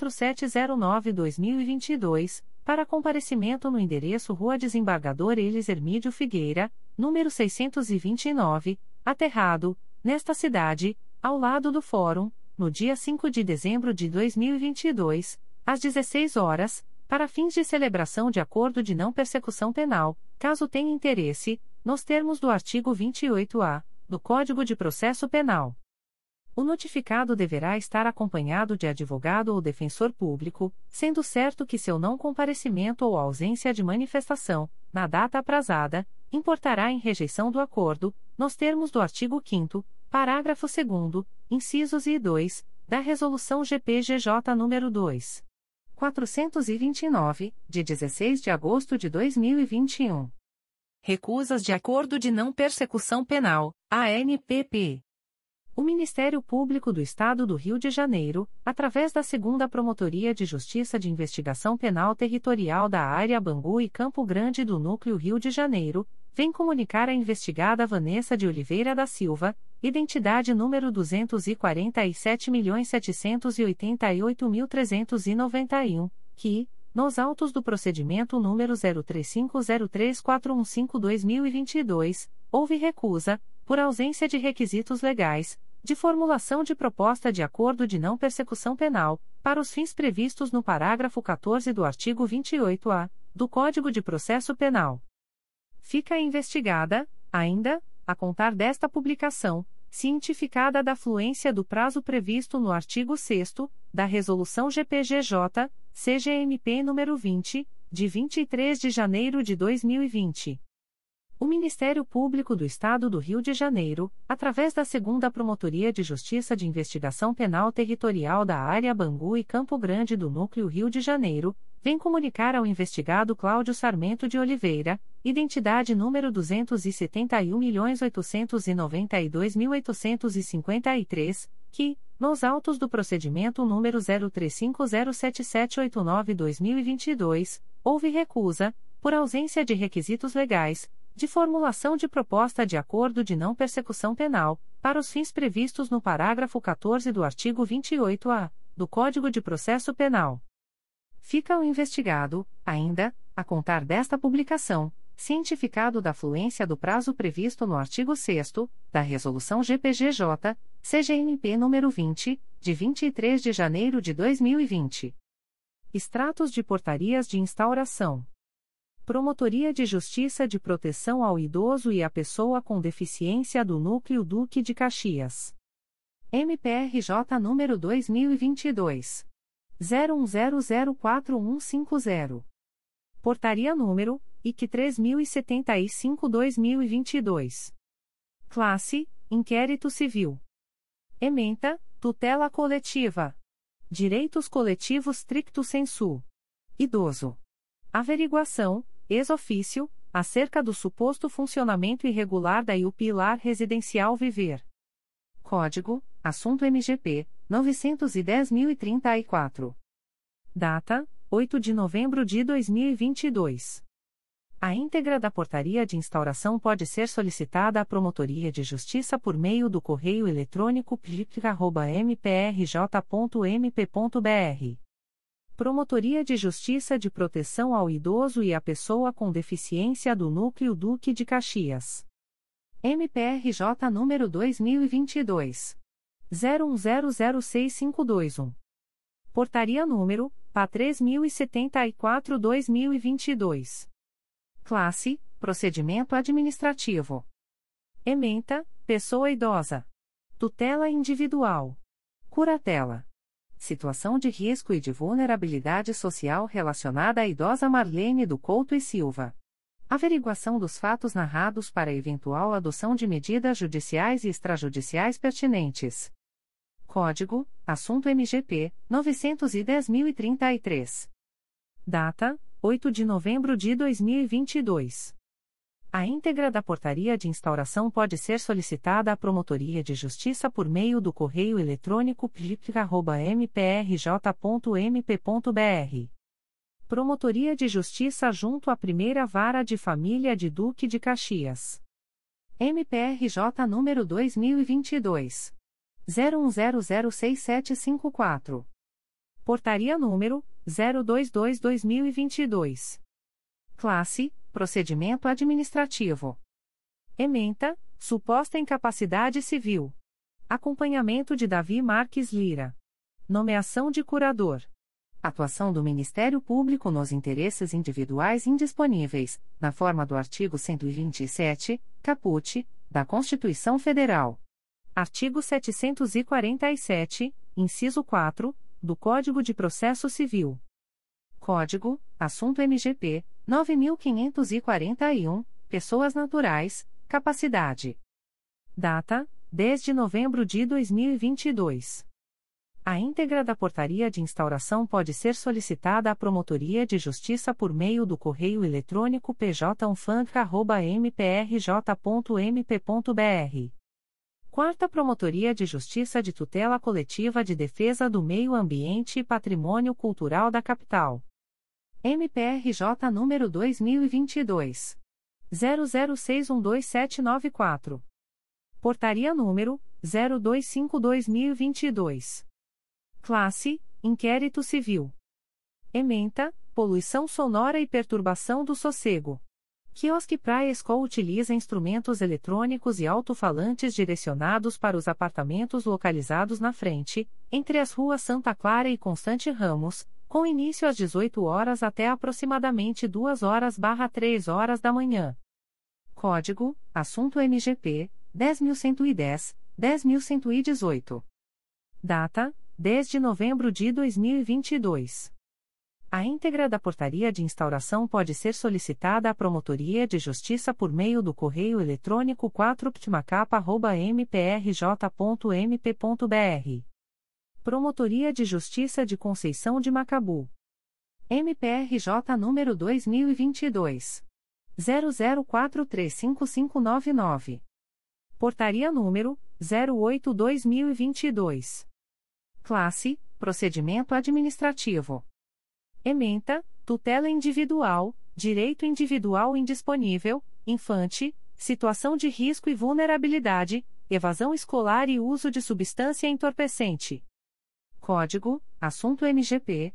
04709-2022, para comparecimento no endereço Rua Desembargador Elis Hermídio Figueira, número 629, Aterrado, nesta cidade, ao lado do Fórum, no dia 5 de dezembro de 2022, às 16 horas, para fins de celebração de acordo de não persecução penal, caso tenha interesse, nos termos do artigo 28-A do Código de Processo Penal. O notificado deverá estar acompanhado de advogado ou defensor público, sendo certo que seu não comparecimento ou ausência de manifestação, na data aprazada, importará em rejeição do acordo, nos termos do artigo 5º, parágrafo 2º, incisos I e 2, da Resolução GPGJ nº 2. 429, de 16 de agosto de 2021. Recusas de Acordo de Não Persecução Penal, ANPP. O Ministério Público do Estado do Rio de Janeiro, através da 2ª Promotoria de Justiça de Investigação Penal Territorial da Área Bangu e Campo Grande do Núcleo Rio de Janeiro, vem comunicar a investigada Vanessa de Oliveira da Silva, identidade número 240.788.391, que, nos autos do procedimento número 03503415/2022, houve recusa, por ausência de requisitos legais, de formulação de proposta de acordo de não persecução penal, para os fins previstos no parágrafo 14 do artigo 28-A do Código de Processo Penal. Fica investigada, ainda, a contar desta publicação, cientificada da fluência do prazo previsto no artigo 6º da Resolução GPGJ, CGMP nº 20, de 23 de janeiro de 2020. O Ministério Público do Estado do Rio de Janeiro, através da 2ª Promotoria de Justiça de Investigação Penal Territorial da Área Bangu e Campo Grande do Núcleo Rio de Janeiro, vem comunicar ao investigado Cláudio Sarmento de Oliveira, identidade número 271.892.853, que, nos autos do procedimento número 03507789-2022, houve recusa, por ausência de requisitos legais, de formulação de proposta de acordo de não persecução penal, para os fins previstos no parágrafo 14 do artigo 28-A do Código de Processo Penal. Fica o investigado, ainda, a contar desta publicação, cientificado da fluência do prazo previsto no artigo 6º da Resolução GPGJ, CGNP nº 20, de 23 de janeiro de 2020. Extratos de portarias de instauração. Promotoria de Justiça de Proteção ao Idoso e à Pessoa com Deficiência do Núcleo Duque de Caxias. MPRJ número 2022 01004150. Portaria número IC 3075/2022. Classe: Inquérito Civil. Ementa: Tutela Coletiva. Direitos Coletivos stricto sensu. Idoso. Averiguação, ex officio, acerca do suposto funcionamento irregular da UPI Lar Residencial Viver. Código: Assunto MGP 910.034. Data: 8 de novembro de 2022. A íntegra da portaria de instauração pode ser solicitada à Promotoria de Justiça por meio do correio eletrônico plic@mprj.mp.br. Promotoria de Justiça de Proteção ao Idoso e à Pessoa com Deficiência do Núcleo Duque de Caxias. MPRJ número 2022 01006521. Portaria número PA 3074/2022. Classe: Procedimento Administrativo. Ementa: Pessoa idosa. Tutela individual. Curatela. Situação de risco e de vulnerabilidade social relacionada à idosa Marlene do Couto e Silva. Averiguação dos fatos narrados para eventual adoção de medidas judiciais e extrajudiciais pertinentes. Código: Assunto MGP 910.033. Data: 8 de novembro de 2022. A íntegra da portaria de instauração pode ser solicitada à Promotoria de Justiça por meio do correio eletrônico plic@mprj.mp.br. Promotoria de Justiça junto à Primeira Vara de Família de Duque de Caxias. MPRJ número 2022 01006754. Portaria número 022/2022. Classe: Procedimento Administrativo. Ementa: Suposta incapacidade civil. Acompanhamento de Davi Marques Lira. Nomeação de curador. Atuação do Ministério Público nos interesses individuais indisponíveis, na forma do artigo 127, caput, da Constituição Federal. Artigo 747, inciso 4, do Código de Processo Civil. Código: Assunto MGP 9541, Pessoas Naturais, Capacidade. Data: 10 de novembro de 2022. A íntegra da portaria de instauração pode ser solicitada à Promotoria de Justiça por meio do correio eletrônico pj.unfanca@mprj.mp.br. Quarta Promotoria de Justiça de Tutela Coletiva de Defesa do Meio Ambiente e Patrimônio Cultural da Capital. MPRJ número 2022 00612794. Portaria número 025/2022. Classe: Inquérito Civil. Ementa: Poluição sonora e perturbação do sossego. Quiosque Praia School utiliza instrumentos eletrônicos e alto-falantes direcionados para os apartamentos localizados na frente, entre as ruas Santa Clara e Constante Ramos, com início às 18 horas até aproximadamente 2 horas/3 horas da manhã. Código: Assunto MGP 10.110, 10.118. Data: 10 de novembro de 2022. A íntegra da portaria de instauração pode ser solicitada à Promotoria de Justiça por meio do correio eletrônico 4ptmacapa@mprj.mp.br. Promotoria de Justiça de Conceição de Macabu. MPRJ número 2022 00435599. Portaria número 08/2022. Classe: Procedimento Administrativo. Ementa: Tutela individual, Direito individual indisponível, Infante, Situação de risco e vulnerabilidade, Evasão escolar e uso de substância entorpecente. Código: Assunto MGP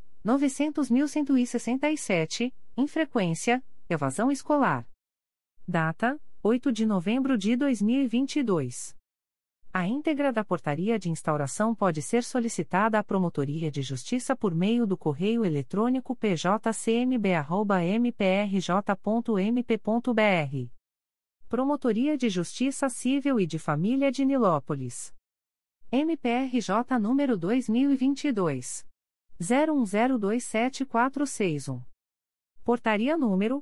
900.167, Infrequência: Evasão escolar. Data: 8 de novembro de 2022. A íntegra da portaria de instauração pode ser solicitada à Promotoria de Justiça por meio do correio eletrônico pjcmb@mprj.mp.br. Promotoria de Justiça Civil e de Família de Nilópolis. MPRJ número 2022 01027461. Portaria número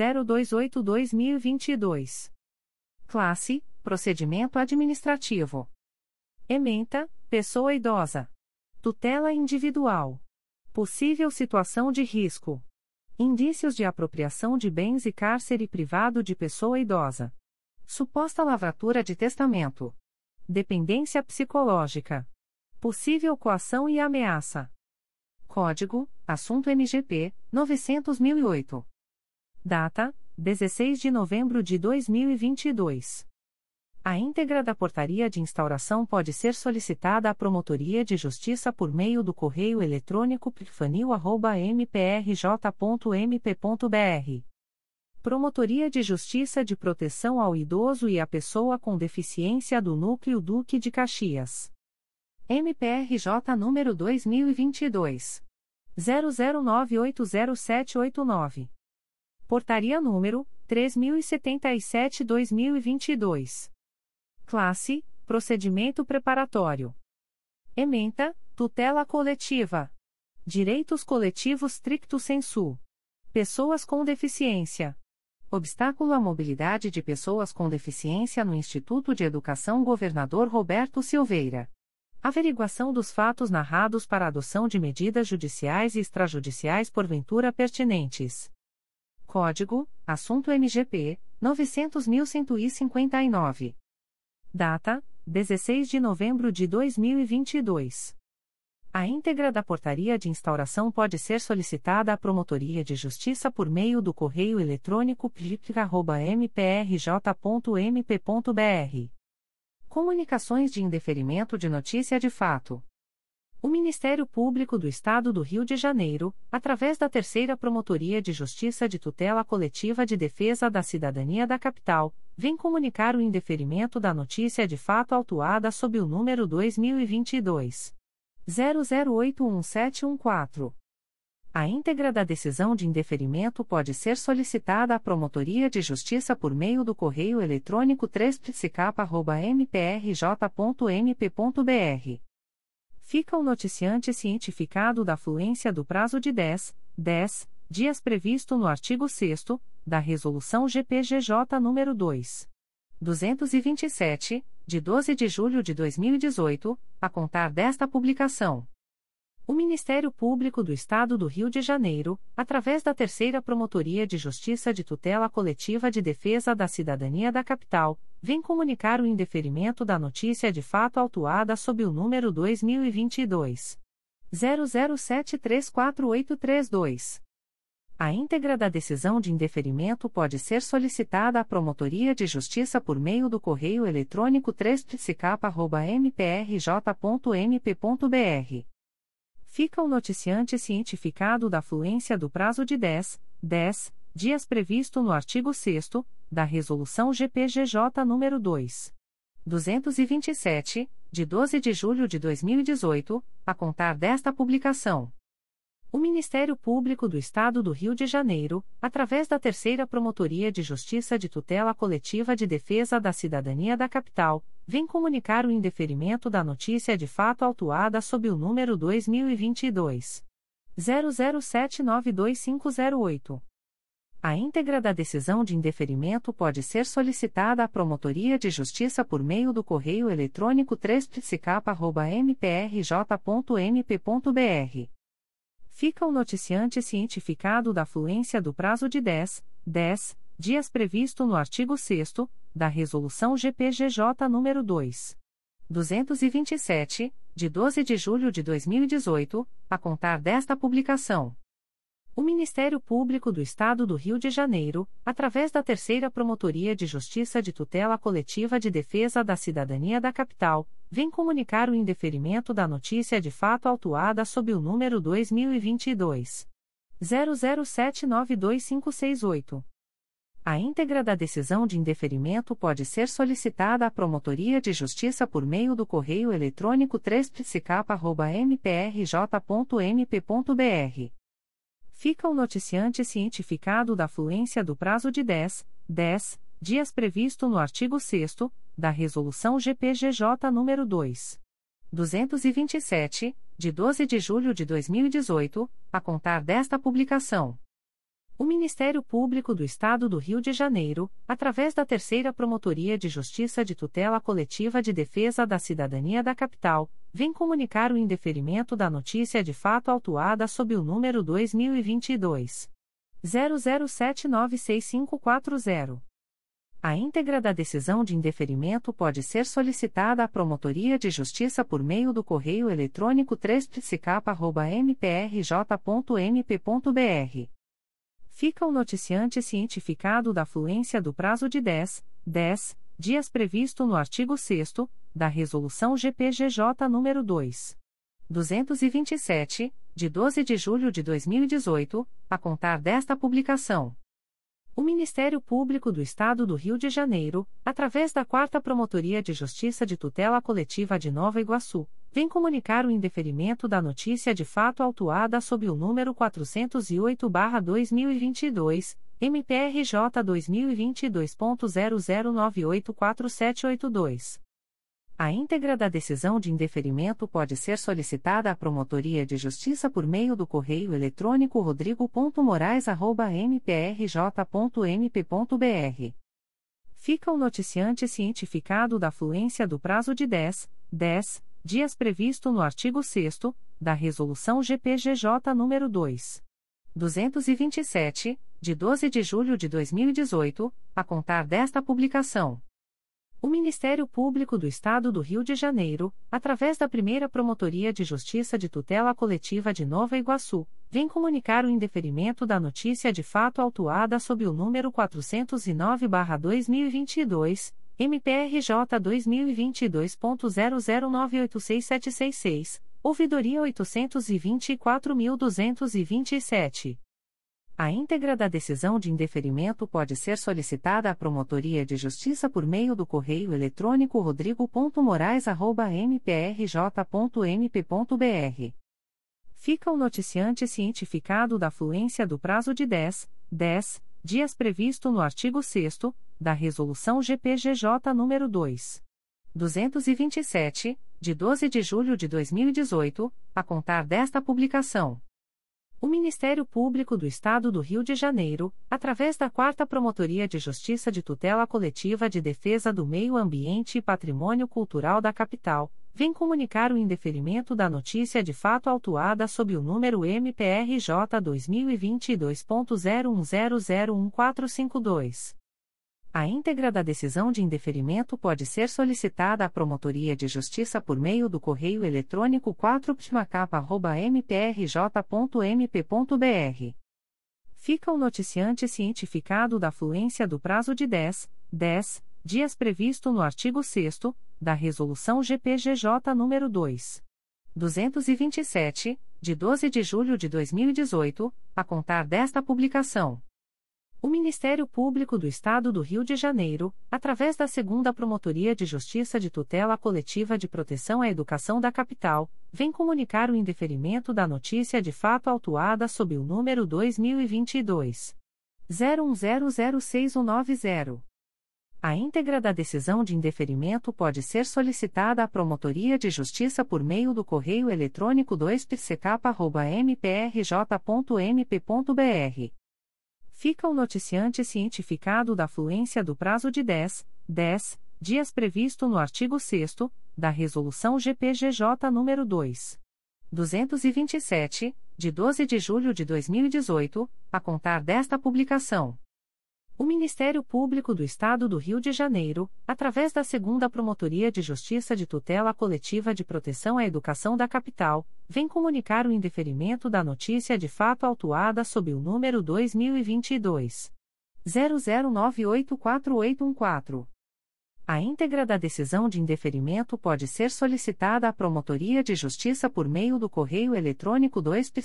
028/2022. Classe: Procedimento Administrativo. Ementa: Pessoa idosa. Tutela individual. Possível situação de risco. Indícios de apropriação de bens e cárcere privado de pessoa idosa. Suposta lavratura de testamento. Dependência psicológica. Possível coação e ameaça. Código: Assunto MGP 900.008. Data: 16 de novembro de 2022. A íntegra da portaria de instauração pode ser solicitada à Promotoria de Justiça por meio do correio eletrônico pfanil@mprj.mp.br. Promotoria de Justiça de Proteção ao Idoso e à Pessoa com Deficiência do Núcleo Duque de Caxias. MPRJ número 2022 00980789. Portaria número 3077/2022. Classe: Procedimento Preparatório. Ementa: Tutela Coletiva. Direitos Coletivos stricto sensu. Pessoas com Deficiência. Obstáculo à mobilidade de pessoas com deficiência no Instituto de Educação Governador Roberto Silveira. Averiguação dos fatos narrados para adoção de medidas judiciais e extrajudiciais porventura pertinentes. Código: Assunto MGP 900.159. Data: 16 de novembro de 2022. A íntegra da portaria de instauração pode ser solicitada à Promotoria de Justiça por meio do correio eletrônico pjic@mprj.mp.br. Comunicações de indeferimento de notícia de fato. O Ministério Público do Estado do Rio de Janeiro, através da Terceira Promotoria de Justiça de Tutela Coletiva de Defesa da Cidadania da Capital, vem comunicar o indeferimento da notícia de fato autuada sob o número 2022 00811714. A íntegra da decisão de indeferimento pode ser solicitada à Promotoria de Justiça por meio do correio eletrônico 3psicapa@mprj.mp.br. Fica o noticiante cientificado da fluência do prazo de 10 dias previsto no artigo 6º da Resolução GPGJ nº 227, de 12 de julho de 2018, a contar desta publicação. O Ministério Público do Estado do Rio de Janeiro, através da Terceira Promotoria de Justiça de Tutela Coletiva de Defesa da Cidadania da Capital, vem comunicar o indeferimento da notícia de fato autuada sob o número 2022 00734832. A íntegra da decisão de indeferimento pode ser solicitada à Promotoria de Justiça por meio do correio eletrônico 3psicapa@mprj.mp.br. Fica o noticiante cientificado da fluência do prazo de 10 dias previsto no artigo 6º da Resolução GPGJ nº 227, de 12 de julho de 2018, a contar desta publicação. O Ministério Público do Estado do Rio de Janeiro, através da Terceira Promotoria de Justiça de Tutela Coletiva de Defesa da Cidadania da Capital, vem comunicar o indeferimento da notícia de fato autuada sob o número 2022 00792508. A íntegra da decisão de indeferimento pode ser solicitada à Promotoria de Justiça por meio do correio eletrônico 3psicapa@mprj.mp.br. Fica o noticiante cientificado da fluência do prazo de 10 dias previsto no artigo 6º da Resolução GPGJ nº 227, de 12 de julho de 2018, a contar desta publicação. O Ministério Público do Estado do Rio de Janeiro, através da Terceira Promotoria de Justiça de Tutela Coletiva de Defesa da Cidadania da Capital, vem comunicar o indeferimento da notícia de fato autuada sob o número 2022 00792568. A íntegra da decisão de indeferimento pode ser solicitada à Promotoria de Justiça por meio do correio eletrônico 3psicapa@mprj.mp.br. Fica o noticiante cientificado da fluência do prazo de 10 dias previsto no artigo 6º da Resolução GPGJ nº 227, de 12 de julho de 2018, a contar desta publicação. O Ministério Público do Estado do Rio de Janeiro, através da Terceira Promotoria de Justiça de Tutela Coletiva de Defesa da Cidadania da Capital, vem comunicar o indeferimento da notícia de fato autuada sob o número 2022 00796540. A íntegra da decisão de indeferimento pode ser solicitada à Promotoria de Justiça por meio do correio eletrônico 3psicapa@mprj.mp.br. Fica o noticiante cientificado da fluência do prazo de 10 dias previsto no artigo 6º da Resolução GPGJ nº 227, de 12 de julho de 2018, a contar desta publicação. O Ministério Público do Estado do Rio de Janeiro, através da 4ª Promotoria de Justiça de Tutela Coletiva de Nova Iguaçu, vem comunicar o indeferimento da notícia de fato autuada sob o número 408/2022, MPRJ 2022.00984782. A íntegra da decisão de indeferimento pode ser solicitada à Promotoria de Justiça por meio do correio eletrônico rodrigo.morais@mprj.mp.br. Fica o noticiante cientificado da fluência do prazo de 10 dias previsto no artigo 6º da Resolução GPGJ nº 227, de 12 de julho de 2018, a contar desta publicação. O Ministério Público do Estado do Rio de Janeiro, através da 1ª Promotoria de Justiça de Tutela Coletiva de Nova Iguaçu, vem comunicar o indeferimento da notícia de fato autuada sob o número 409/2022, MPRJ 2022.00986766, ouvidoria 824.227. A íntegra da decisão de indeferimento pode ser solicitada à Promotoria de Justiça por meio do correio eletrônico rodrigo.morais@mprj.mp.br. Fica o noticiante cientificado da fluência do prazo de 10 dias previsto no artigo 6º da Resolução GPGJ nº 227, de 12 de julho de 2018, a contar desta publicação. O Ministério Público do Estado do Rio de Janeiro, através da 4ª Promotoria de Justiça de Tutela Coletiva de Defesa do Meio Ambiente e Patrimônio Cultural da Capital, vem comunicar o indeferimento da notícia de fato autuada sob o número MPRJ 2022.01001452. A íntegra da decisão de indeferimento pode ser solicitada à Promotoria de Justiça por meio do correio eletrônico 4psicapa@mprj.mp.br. Fica o noticiante cientificado da fluência do prazo de 10 dias previsto no artigo 6º da Resolução GPGJ nº 227, de 12 de julho de 2018, a contar desta publicação. O Ministério Público do Estado do Rio de Janeiro, através da 2ª Promotoria de Justiça de Tutela Coletiva de Proteção à Educação da Capital, vem comunicar o indeferimento da notícia de fato autuada sob o número 2022 01006190. A íntegra da decisão de indeferimento pode ser solicitada à Promotoria de Justiça por meio do correio eletrônico 2pscap@mprj.mp.br. Fica o noticiante cientificado da fluência do prazo de 10 dias previsto no artigo 6º da Resolução GPGJ nº 227, de 12 de julho de 2018, a contar desta publicação. O Ministério Público do Estado do Rio de Janeiro, através da 2ª Promotoria de Justiça de Tutela Coletiva de Proteção à Educação da Capital, vem comunicar o indeferimento da notícia de fato autuada sob o número 2022 00984814. A íntegra da decisão de indeferimento pode ser solicitada à Promotoria de Justiça por meio do correio eletrônico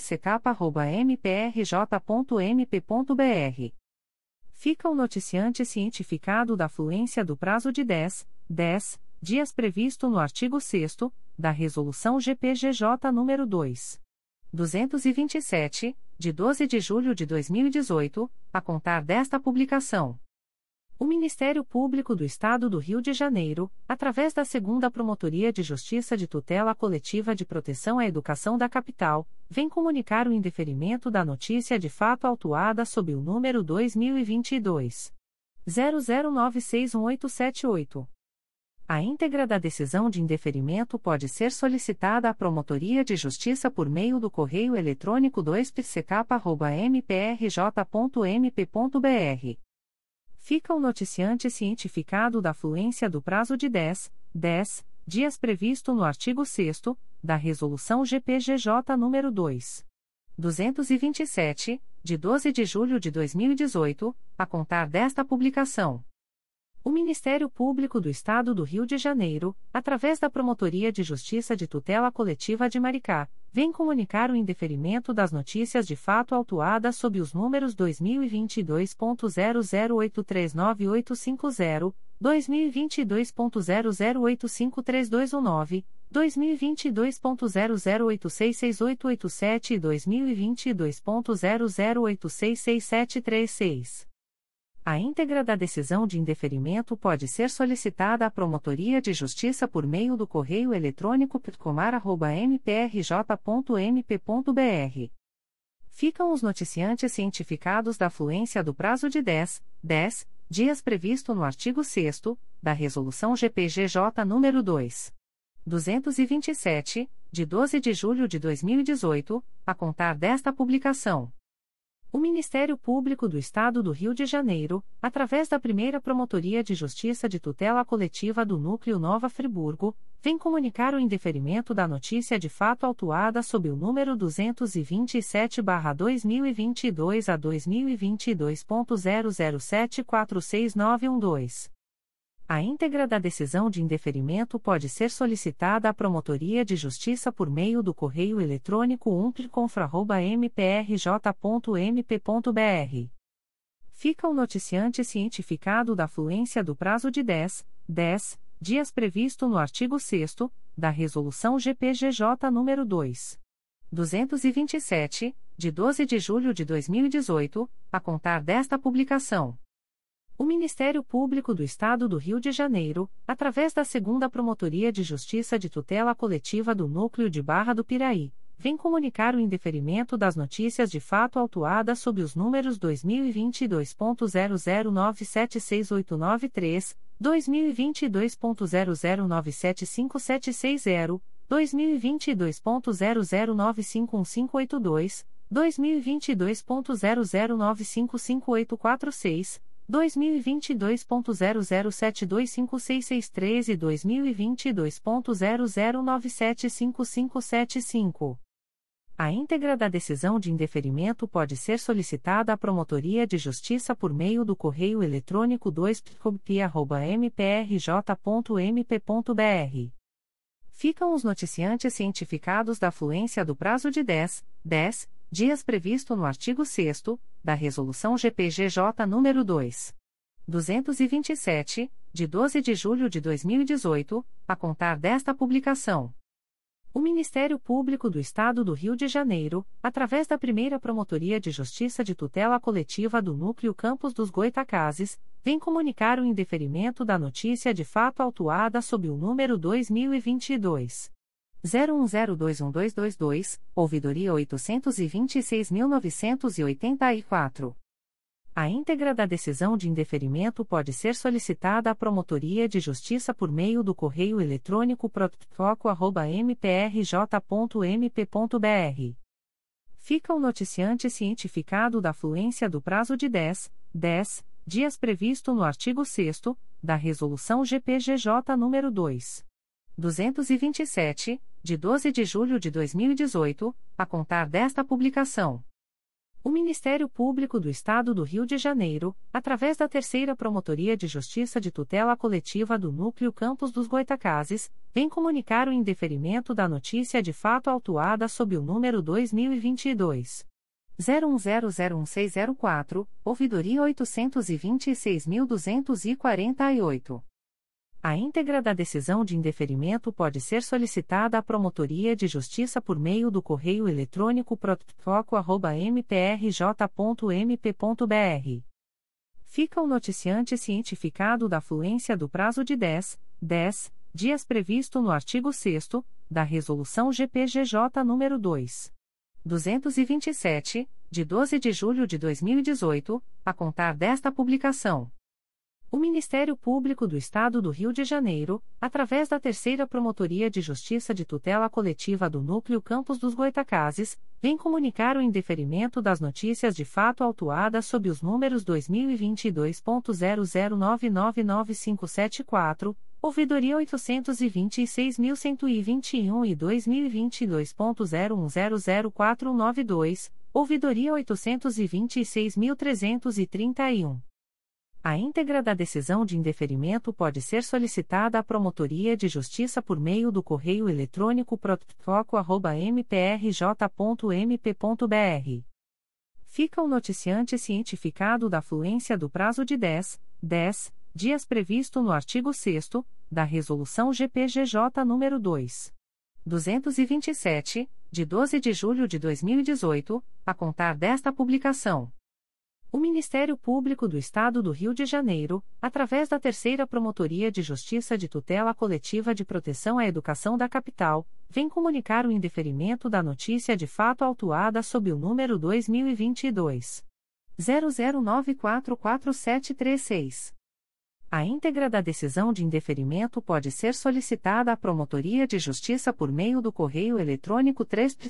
2pscap@mprj.mp.br. Fica o noticiante cientificado da fluência do prazo de 10 dias previsto no artigo 6º da Resolução GPGJ nº 227, de 12 de julho de 2018, a contar desta publicação. O Ministério Público do Estado do Rio de Janeiro, através da 2ª Promotoria de Justiça de Tutela Coletiva de Proteção à Educação da Capital, vem comunicar o indeferimento da notícia de fato autuada sob o número 2022 00961878. A íntegra da decisão de indeferimento pode ser solicitada à Promotoria de Justiça por meio do correio eletrônico 2pscap@mprj.mp.br. Fica o noticiante cientificado da fluência do prazo de 10 dias previsto no artigo 6º da Resolução GPGJ nº 227, de 12 de julho de 2018, a contar desta publicação. O Ministério Público do Estado do Rio de Janeiro, através da Promotoria de Justiça de Tutela Coletiva de Maricá, vem comunicar o indeferimento das notícias de fato autuadas sob os números 2022.00839850, 2022.00853219, 2022.00866887 e 2022.00866736. A íntegra da decisão de indeferimento pode ser solicitada à Promotoria de Justiça por meio do correio eletrônico pitcomar@mprj.mp.br. Ficam os noticiantes cientificados da fluência do prazo de 10 dias previsto no artigo 6º da Resolução GPGJ nº 227, de 12 de julho de 2018, a contar desta publicação. O Ministério Público do Estado do Rio de Janeiro, através da 1ª Promotoria de Justiça de Tutela Coletiva do Núcleo Nova Friburgo, vem comunicar o indeferimento da notícia de fato autuada sob o número 227/2022 a 2022.00746912. A íntegra da decisão de indeferimento pode ser solicitada à Promotoria de Justiça por meio do correio eletrônico umpliconfra@mprj.mp.br. Fica o noticiante cientificado da fluência do prazo de 10 dias previsto no artigo 6º da Resolução GPGJ nº 227, de 12 de julho de 2018, a contar desta publicação. O Ministério Público do Estado do Rio de Janeiro, através da 2ª Promotoria de Justiça de Tutela Coletiva do Núcleo de Barra do Piraí, vem comunicar o indeferimento das notícias de fato autuadas sob os números 2022.00976893, 2022.00975760, 2022.00951582, 2022.00955846, 2022.00725663 e 2022.00975575. A íntegra da decisão de indeferimento pode ser solicitada à Promotoria de Justiça por meio do correio eletrônico 2pscop@mprj.mp.br. Ficam os noticiantes cientificados da fluência do prazo de 10 dias previsto no artigo 6º da Resolução GPGJ nº 2. 227, de 12 de julho de 2018, a contar desta publicação. O Ministério Público do Estado do Rio de Janeiro, através da Primeira Promotoria de Justiça de Tutela Coletiva do Núcleo Campos dos Goitacazes, vem comunicar o indeferimento da notícia de fato autuada sob o número 2022 01021222, ouvidoria 826.984. A íntegra da decisão de indeferimento pode ser solicitada à Promotoria de Justiça por meio do correio eletrônico protfoco@mprj.mp.br. Fica o noticiante cientificado da fluência do prazo de 10 dias previsto no artigo 6º da Resolução GPGJ nº 2. 227, de 12 de julho de 2018, a contar desta publicação. O Ministério Público do Estado do Rio de Janeiro, através da Terceira Promotoria de Justiça de Tutela Coletiva do Núcleo Campos dos Goitacazes, vem comunicar o indeferimento da notícia de fato autuada sob o número 2022 01001604, ouvidoria 826.248. A íntegra da decisão de indeferimento pode ser solicitada à Promotoria de Justiça por meio do correio eletrônico protfoco@mprj.mp.br. Fica o noticiante cientificado da fluência do prazo de 10 dias previsto no artigo 6º da Resolução GPGJ nº 2. 227, de 12 de julho de 2018, a contar desta publicação. O Ministério Público do Estado do Rio de Janeiro, através da Terceira Promotoria de Justiça de Tutela Coletiva do Núcleo Campos dos Goitacazes, vem comunicar o indeferimento das notícias de fato autuadas sob os números 2022.00999574, ouvidoria 826.121 e 2022.01004192, ouvidoria 826.331. A íntegra da decisão de indeferimento pode ser solicitada à Promotoria de Justiça por meio do correio eletrônico protfoco@mprj.mp.br. Fica o noticiante cientificado da fluência do prazo de 10 dias previsto no artigo 6º da Resolução GPGJ nº 2. 227, de 12 de julho de 2018, a contar desta publicação. O Ministério Público do Estado do Rio de Janeiro, através da Terceira Promotoria de Justiça de Tutela Coletiva de Proteção à Educação da Capital, vem comunicar o indeferimento da notícia de fato autuada sob o número 2022 00944736. A íntegra da decisão de indeferimento pode ser solicitada à Promotoria de Justiça por meio do correio eletrônico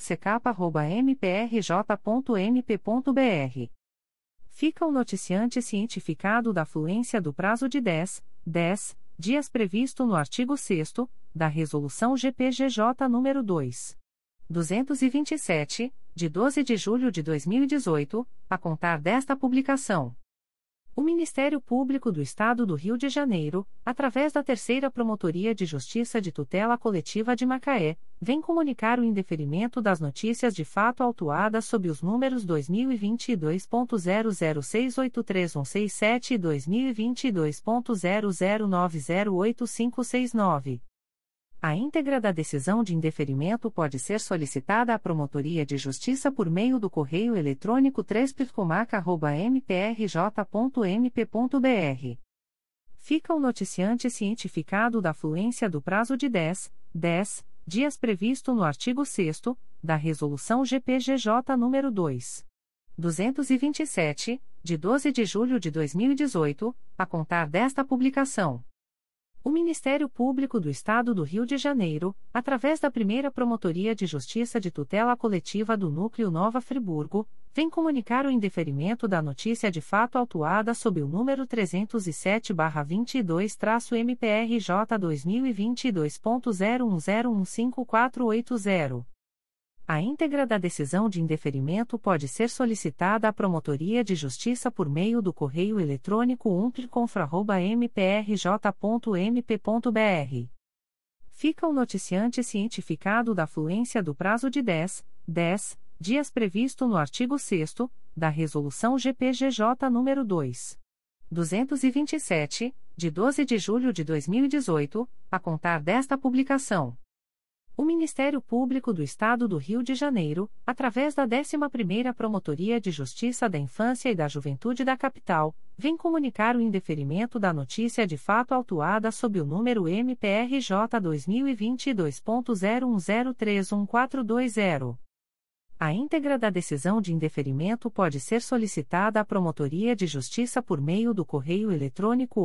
3pck@mprj.mp.br. Fica o noticiante cientificado da fluência do prazo de 10 dias previsto no artigo 6º da Resolução GPGJ nº 2. 227, de 12 de julho de 2018, a contar desta publicação. O Ministério Público do Estado do Rio de Janeiro, através da Terceira Promotoria de Justiça de Tutela Coletiva de Macaé, vem comunicar o indeferimento das notícias de fato autuadas sob os números 2022.00683167 e 2022.00908569. A íntegra da decisão de indeferimento pode ser solicitada à Promotoria de Justiça por meio do correio eletrônico 3pcomac@mprj.mp.br. Fica o noticiante cientificado da fluência do prazo de 10 dias previsto no artigo 6º da Resolução GPGJ nº 2. 227, de 12 de julho de 2018, a contar desta publicação. O Ministério Público do Estado do Rio de Janeiro, através da Primeira Promotoria de Justiça de Tutela Coletiva do Núcleo Nova Friburgo, vem comunicar o indeferimento da notícia de fato autuada sob o número 307/22-MPRJ 2022.01015480. A íntegra da decisão de indeferimento pode ser solicitada à Promotoria de Justiça por meio do correio eletrônico umpliconfra@mprj.mp.br. Fica o noticiante cientificado da fluência do prazo de 10 dias previsto no artigo 6º da Resolução GPGJ nº 2. 227, de 12 de julho de 2018, a contar desta publicação. O Ministério Público do Estado do Rio de Janeiro, através da 11ª Promotoria de Justiça da Infância e da Juventude da Capital, vem comunicar o indeferimento da notícia de fato autuada sob o número MPRJ 2022.01031420. A íntegra da decisão de indeferimento pode ser solicitada à Promotoria de Justiça por meio do correio eletrônico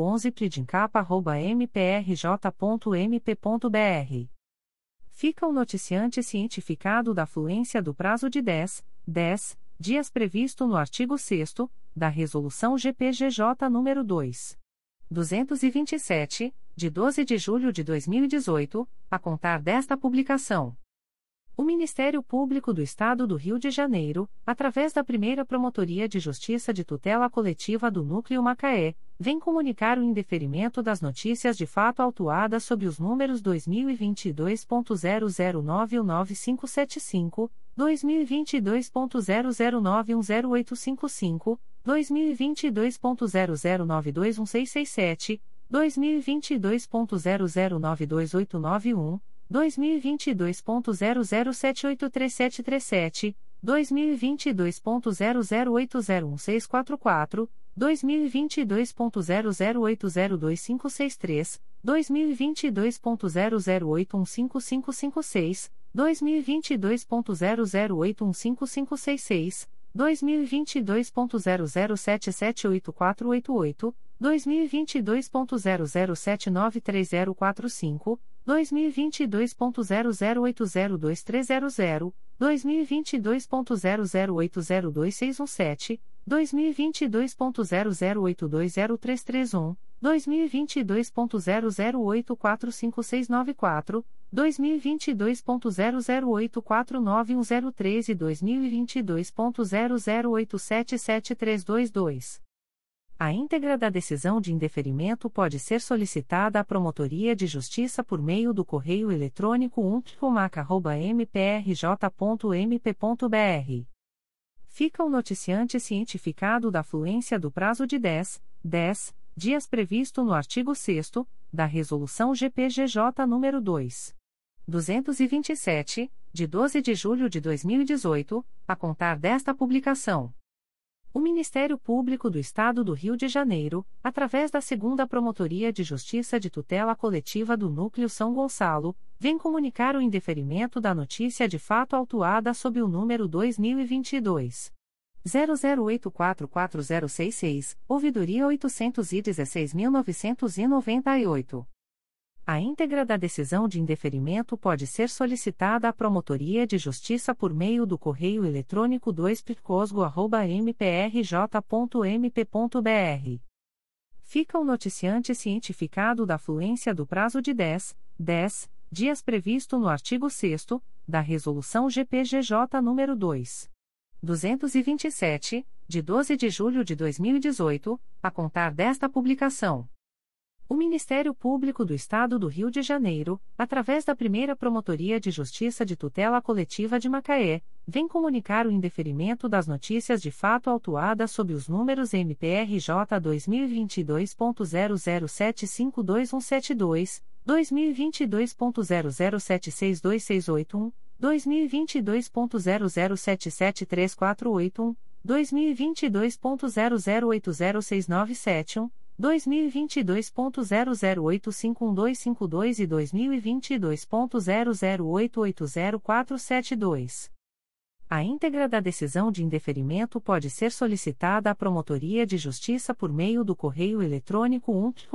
11pdincapa@mprj.mp.br. Fica o noticiante cientificado da fluência do prazo de 10 dias previsto no artigo 6º da Resolução GPGJ nº 2. 227, de 12 de julho de 2018, a contar desta publicação. O Ministério Público do Estado do Rio de Janeiro, através da 1ª Promotoria de Justiça de Tutela Coletiva do Núcleo Macaé, vem comunicar o indeferimento das notícias de fato autuadas sob os números 2022.00919575, 2022.00910855, 2022.00921667, 2022.00928991, 2022.00783737, 2022.00801644, 2022.00802563, 2022.00815556, 2022.00815566, 2022.00778488, 2022.00793045, 2022.00802300, 2022.00802617, 2022.00820331, 2022.00845694, 2022.00849103 e 2022.00877322. A íntegra da decisão de indeferimento pode ser solicitada à Promotoria de Justiça por meio do correio eletrônico umptcomac@mprj.mp.br. Fica o noticiante cientificado da fluência do prazo de 10 dias previsto no artigo 6º da Resolução GPGJ nº 2. 227, de 12 de julho de 2018, a contar desta publicação. O Ministério Público do Estado do Rio de Janeiro, através da 2ª Promotoria de Justiça de Tutela Coletiva do Núcleo São Gonçalo, vem comunicar o indeferimento da notícia de fato autuada sob o número 2022 00844066, ouvidoria 816.998. A íntegra da decisão de indeferimento pode ser solicitada à Promotoria de Justiça por meio do correio eletrônico 2picosgo@mprj.mp.br. Fica o noticiante cientificado da fluência do prazo de 10 dias previsto no artigo 6º da Resolução GPGJ nº 2. 227, de 12 de julho de 2018, a contar desta publicação. O Ministério Público do Estado do Rio de Janeiro, através da 1ª Promotoria de Justiça de Tutela Coletiva de Macaé, vem comunicar o indeferimento das notícias de fato autuadas sob os números MPRJ 2022.00752172, 2022.00762681, 2022.00773481, 2022.00806971, 2022.00851252 e 2022.00880472. A íntegra da decisão de indeferimento pode ser solicitada à Promotoria de Justiça por meio do correio eletrônico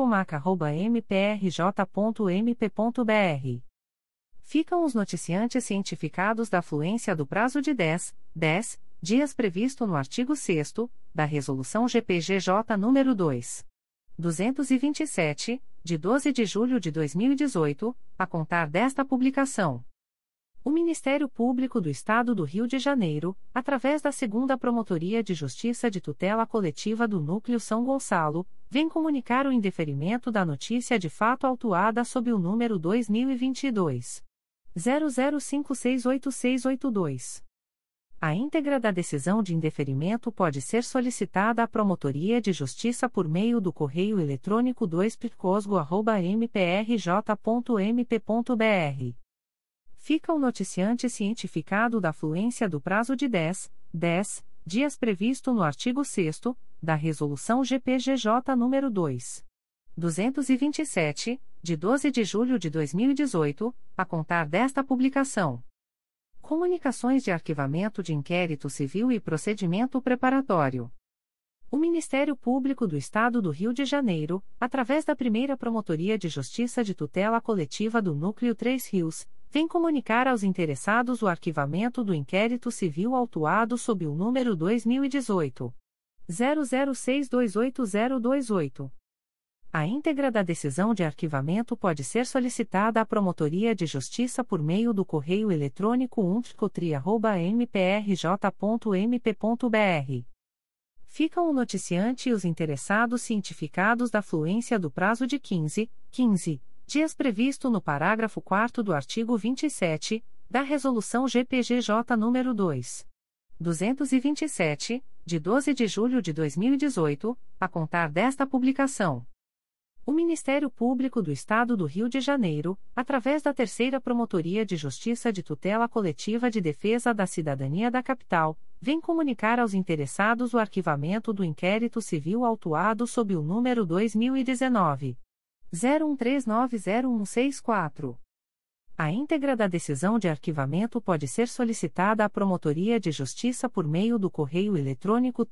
umptcomac@mprj.mp.br. Ficam os noticiantes cientificados da fluência do prazo de 10 dias previsto no artigo 6º da Resolução GPGJ nº 2. 227, de 12 de julho de 2018, a contar desta publicação. O Ministério Público do Estado do Rio de Janeiro, através da 2ª Promotoria de Justiça de Tutela Coletiva do Núcleo São Gonçalo, vem comunicar o indeferimento da notícia de fato autuada sob o número 2022 00568682. A íntegra da decisão de indeferimento pode ser solicitada à Promotoria de Justiça por meio do correio eletrônico 2picosgo@mprj.mp.br. Fica o noticiante cientificado da fluência do prazo de 10 dias previsto no artigo 6º da Resolução GPGJ nº 227, de 12 de julho de 2018, a contar desta publicação. Comunicações de arquivamento de inquérito civil e procedimento preparatório. O Ministério Público do Estado do Rio de Janeiro, através da Primeira Promotoria de Justiça de Tutela Coletiva do Núcleo 3 Rios, vem comunicar aos interessados o arquivamento do inquérito civil autuado sob o número 2018 00628028. A íntegra da decisão de arquivamento pode ser solicitada à Promotoria de Justiça por meio do correio eletrônico umptcotri@mprj.mp.br. Ficam o noticiante e os interessados cientificados da fluência do prazo de 15 dias previsto no parágrafo 4º do artigo 27 da Resolução GPGJ nº 227, de 12 de julho de 2018, a contar desta publicação. O Ministério Público do Estado do Rio de Janeiro, através da Terceira Promotoria de Justiça de Tutela Coletiva de Defesa da Cidadania da Capital, vem comunicar aos interessados o arquivamento do inquérito civil autuado sob o número 2019 01390164. A íntegra da decisão de arquivamento pode ser solicitada à Promotoria de Justiça por meio do correio eletrônico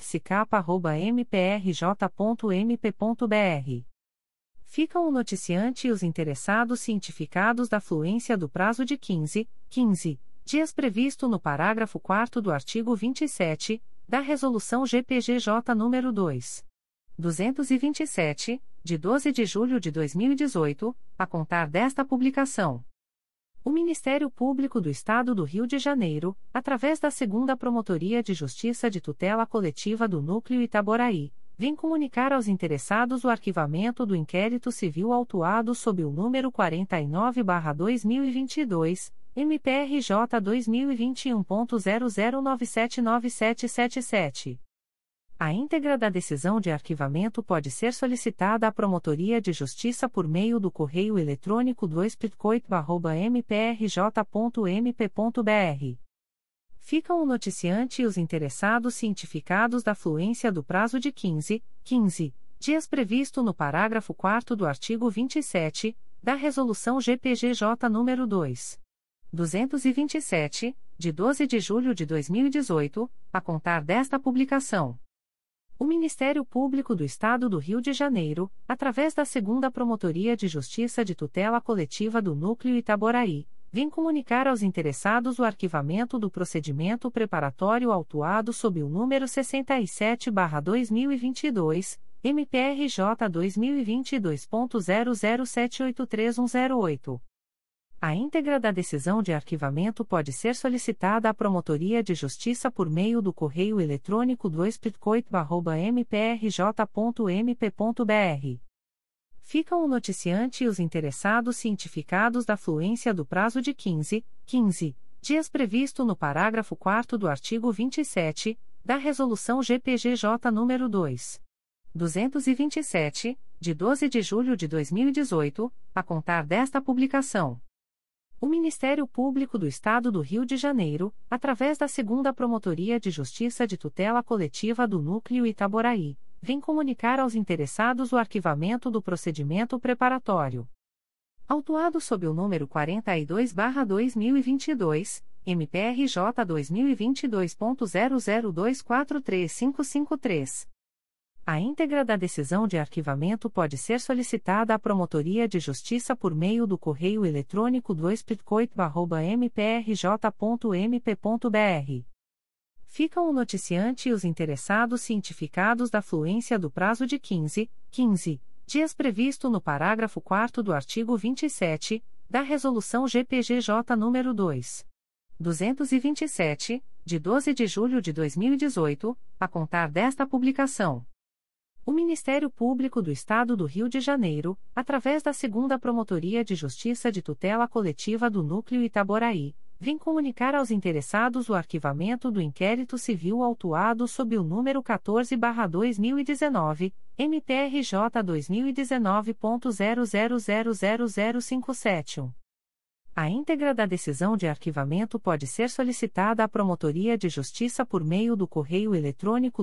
3psicapa@mprj.mp.br. Ficam o noticiante e os interessados cientificados da fluência do prazo de 15 dias previsto no parágrafo 4º do artigo 27 da Resolução GPGJ nº 227, de 12 de julho de 2018, a contar desta publicação. O Ministério Público do Estado do Rio de Janeiro, através da 2ª Promotoria de Justiça de Tutela Coletiva do Núcleo Itaboraí, vem comunicar aos interessados o arquivamento do inquérito civil autuado sob o número 49/2022, MPRJ 2021.00979777. A íntegra da decisão de arquivamento pode ser solicitada à Promotoria de Justiça por meio do correio eletrônico 2psicoip@mprj.mp.br. Ficam o noticiante e os interessados cientificados da fluência do prazo de 15 dias previsto no parágrafo 4º do artigo 27 da Resolução GPGJ nº 227, de 12 de julho de 2018, a contar desta publicação. O Ministério Público do Estado do Rio de Janeiro, através da 2ª Promotoria de Justiça de Tutela Coletiva do Núcleo Itaboraí, vem comunicar aos interessados o arquivamento do procedimento preparatório autuado sob o número 67/2022, MPRJ 2022.00783108. A íntegra da decisão de arquivamento pode ser solicitada à Promotoria de Justiça por meio do correio eletrônico 2psicoip@mprj.mp.br. Ficam o noticiante e os interessados cientificados da fluência do prazo de 15 dias previsto no parágrafo 4º do artigo 27 da Resolução GPGJ nº 227, de 12 de julho de 2018, a contar desta publicação. O Ministério Público do Estado do Rio de Janeiro, através da 2ª Promotoria de Justiça de Tutela Coletiva do Núcleo Itaboraí, vem comunicar aos interessados o arquivamento do procedimento preparatório autuado sob o número 42/2022, MPRJ 2022.00243553. A íntegra da decisão de arquivamento pode ser solicitada à Promotoria de Justiça por meio do correio eletrônico 2psicoip@mprj.mp.br. Ficam o noticiante e os interessados cientificados da fluência do prazo de 15 dias previsto no parágrafo 4º do artigo 27 da Resolução GPGJ nº 227, de 12 de julho de 2018, a contar desta publicação. O Ministério Público do Estado do Rio de Janeiro, através da 2ª Promotoria de Justiça de Tutela Coletiva do Núcleo Itaboraí, vem comunicar aos interessados o arquivamento do inquérito civil autuado sob o número 14/2019, MPRJ 2019.00000571. A íntegra da decisão de arquivamento pode ser solicitada à Promotoria de Justiça por meio do correio eletrônico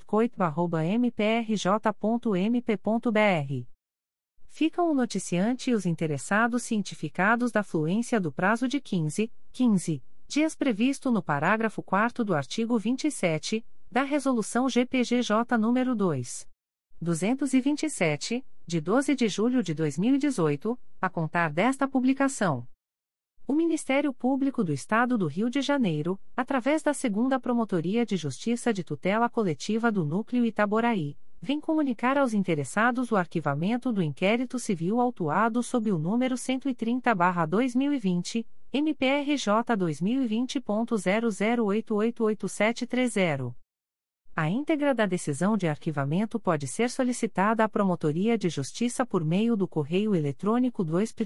2pitcoito@mprj.mp.br. Ficam o noticiante e os interessados cientificados da fluência do prazo de 15 dias previsto no parágrafo 4º do artigo 27, da Resolução GPGJ nº 227, de 12 de julho de 2018, a contar desta publicação. O Ministério Público do Estado do Rio de Janeiro, através da 2ª Promotoria de Justiça de Tutela Coletiva do Núcleo Itaboraí, vem comunicar aos interessados o arquivamento do inquérito civil autuado sob o número 130/2020, MPRJ 2020.00888730. A íntegra da decisão de arquivamento pode ser solicitada à Promotoria de Justiça por meio do correio eletrônico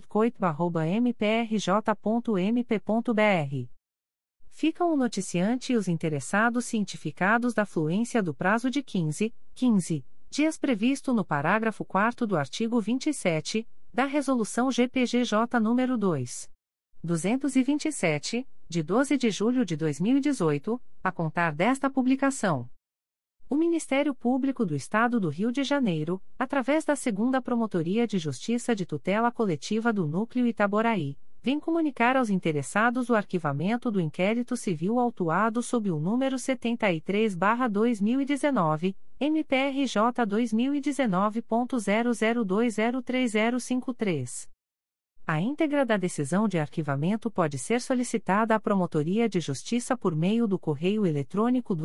2pitcoito@mprj.mp.br. Ficam o noticiante e os interessados cientificados da fluência do prazo de 15 dias previsto no parágrafo 4º do artigo 27, da Resolução GPGJ nº 227, de 12 de julho de 2018, a contar desta publicação. O Ministério Público do Estado do Rio de Janeiro, através da 2ª Promotoria de Justiça de Tutela Coletiva do Núcleo Itaboraí, vem comunicar aos interessados o arquivamento do inquérito civil autuado sob o número 73/2019, MPRJ 2019.00203053. A íntegra da decisão de arquivamento pode ser solicitada à Promotoria de Justiça por meio do correio eletrônico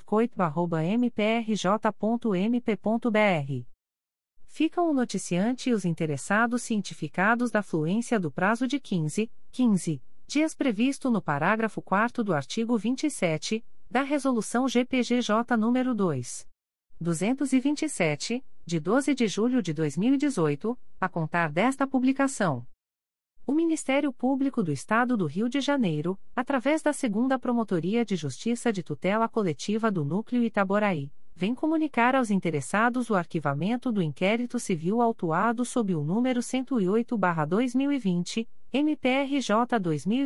2pitcoito@mprj.mp.br. Ficam o noticiante e os interessados cientificados da fluência do prazo de 15 dias previsto no parágrafo 4º do artigo 27, da Resolução GPGJ nº 227, de 12 de julho de 2018, a contar desta publicação. O Ministério Público do Estado do Rio de Janeiro, através da 2ª Promotoria de Justiça de Tutela Coletiva do Núcleo Itaboraí, vem comunicar aos interessados o arquivamento do inquérito civil autuado sob o número 108/2020, MPRJ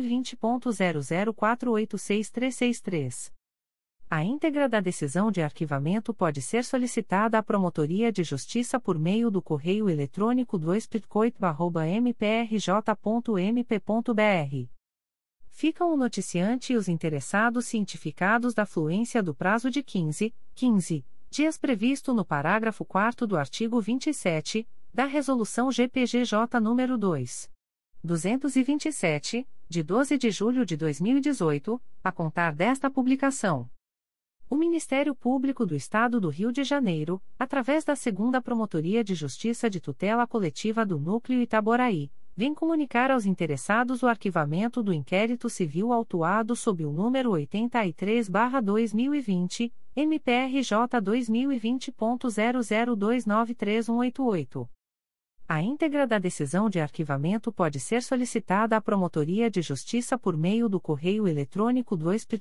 2020.00486363. A íntegra da decisão de arquivamento pode ser solicitada à Promotoria de Justiça por meio do correio eletrônico 2pitcoito@mprj.mp.br. Ficam o noticiante e os interessados cientificados da fluência do prazo de 15 dias previsto no parágrafo 4º do artigo 27, da Resolução GPGJ nº 227, de 12 de julho de 2018, a contar desta publicação. O Ministério Público do Estado do Rio de Janeiro, através da 2ª Promotoria de Justiça de Tutela Coletiva do Núcleo Itaboraí, vem comunicar aos interessados o arquivamento do inquérito civil autuado sob o número 83/2020, MPRJ 2020.00293188. A íntegra da decisão de arquivamento pode ser solicitada à Promotoria de Justiça por meio do correio eletrônico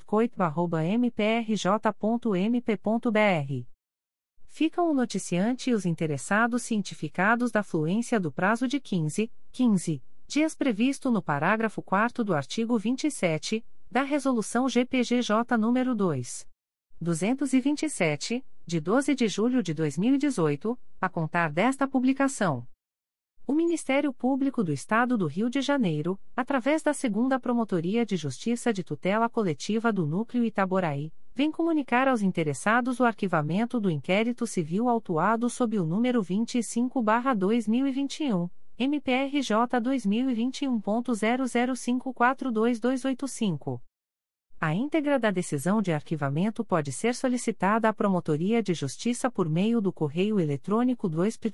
2pitcoito@mprj.mp.br. Ficam o noticiante e os interessados cientificados da fluência do prazo de 15 dias previsto no parágrafo 4º do artigo 27, da Resolução GPGJ nº 227, de 12 de julho de 2018, a contar desta publicação. O Ministério Público do Estado do Rio de Janeiro, através da 2ª Promotoria de Justiça de Tutela Coletiva do Núcleo Itaboraí, vem comunicar aos interessados o arquivamento do inquérito civil autuado sob o número 25/2021, MPRJ 2021.00542285. A íntegra da decisão de arquivamento pode ser solicitada à Promotoria de Justiça por meio do correio eletrônico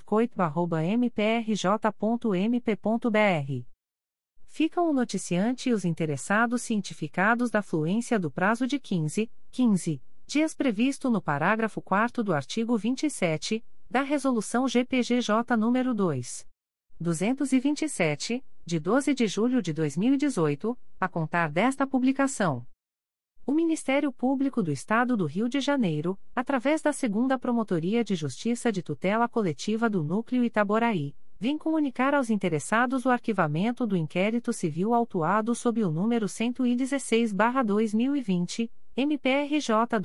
2pitcoito@mprj.mp.br. Ficam o noticiante e os interessados cientificados da fluência do prazo de 15 dias previsto no parágrafo 4º do artigo 27, da Resolução GPGJ nº 227, de 12 de julho de 2018, a contar desta publicação. O Ministério Público do Estado do Rio de Janeiro, através da 2ª Promotoria de Justiça de Tutela Coletiva do Núcleo Itaboraí, vem comunicar aos interessados o arquivamento do inquérito civil autuado sob o número 116/2020, MPRJ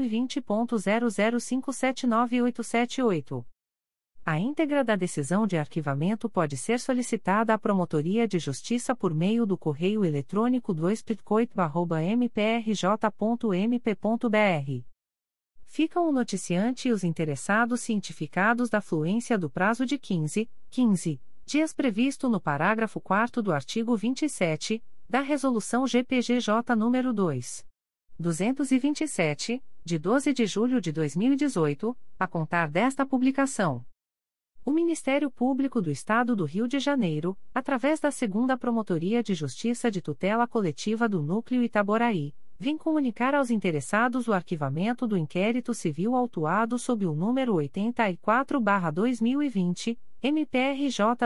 2020.00579878. A íntegra da decisão de arquivamento pode ser solicitada à Promotoria de Justiça por meio do correio eletrônico 2pitcoito@mprj.mp.br. Ficam o noticiante e os interessados cientificados da fluência do prazo de 15 dias previsto no parágrafo 4º do artigo 27, da Resolução GPGJ nº 227, de 12 de julho de 2018, a contar desta publicação. O Ministério Público do Estado do Rio de Janeiro, através da 2ª Promotoria de Justiça de Tutela Coletiva do Núcleo Itaboraí, vem comunicar aos interessados o arquivamento do inquérito civil autuado sob o número 84/2020, MPRJ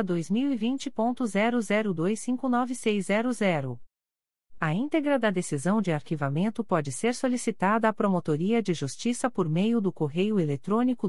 2020.00259600. A íntegra da decisão de arquivamento pode ser solicitada à Promotoria de Justiça por meio do correio eletrônico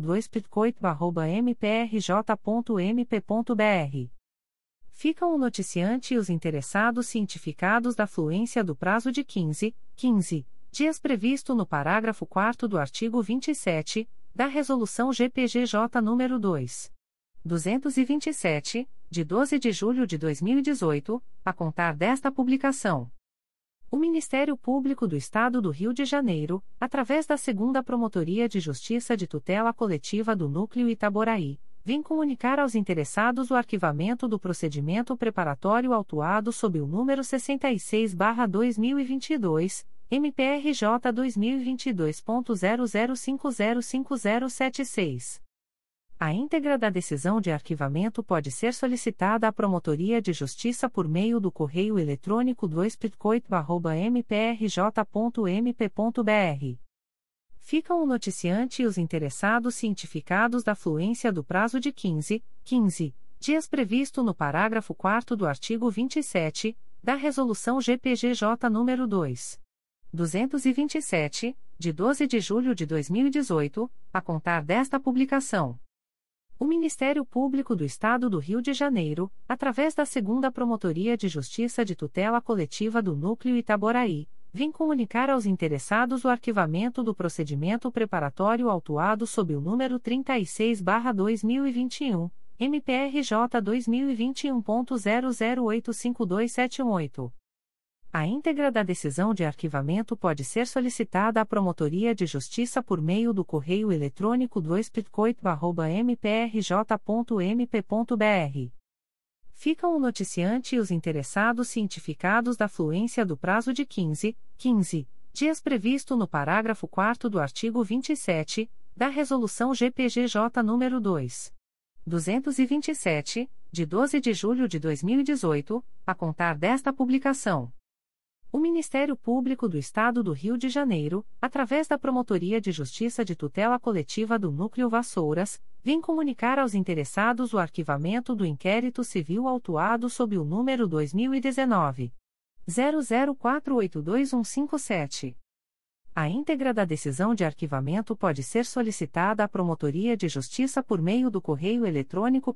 2pitcoito@mprj.mp.br. Ficam o noticiante e os interessados cientificados da fluência do prazo de 15 dias previsto no parágrafo 4º do artigo 27, da Resolução GPGJ nº 227, de 12 de julho de 2018, a contar desta publicação. O Ministério Público do Estado do Rio de Janeiro, através da 2ª Promotoria de Justiça de Tutela Coletiva do Núcleo Itaboraí, vem comunicar aos interessados o arquivamento do procedimento preparatório autuado sob o número 66/2022, MPRJ 2022.00505076. A íntegra da decisão de arquivamento pode ser solicitada à Promotoria de Justiça por meio do correio eletrônico 2pitcoito@mprj.mp.br. Ficam o noticiante e os interessados cientificados da fluência do prazo de 15 dias previsto no parágrafo 4º do artigo 27, da Resolução GPGJ nº 227, de 12 de julho de 2018, a contar desta publicação. O Ministério Público do Estado do Rio de Janeiro, através da 2ª Promotoria de Justiça de Tutela Coletiva do Núcleo Itaboraí, vem comunicar aos interessados o arquivamento do procedimento preparatório autuado sob o número 36/2021, MPRJ 2021.00852718. A íntegra da decisão de arquivamento pode ser solicitada à Promotoria de Justiça por meio do correio eletrônico 2pitcoito@mprj.mp.br. Ficam o noticiante e os interessados cientificados da fluência do prazo de 15 dias previsto no parágrafo 4º do artigo 27, da Resolução GPGJ nº 227, de 12 de julho de 2018, a contar desta publicação. O Ministério Público do Estado do Rio de Janeiro, através da Promotoria de Justiça de Tutela Coletiva do Núcleo Vassouras, vem comunicar aos interessados o arquivamento do inquérito civil autuado sob o número 2019 00482157. A íntegra da decisão de arquivamento pode ser solicitada à Promotoria de Justiça por meio do correio eletrônico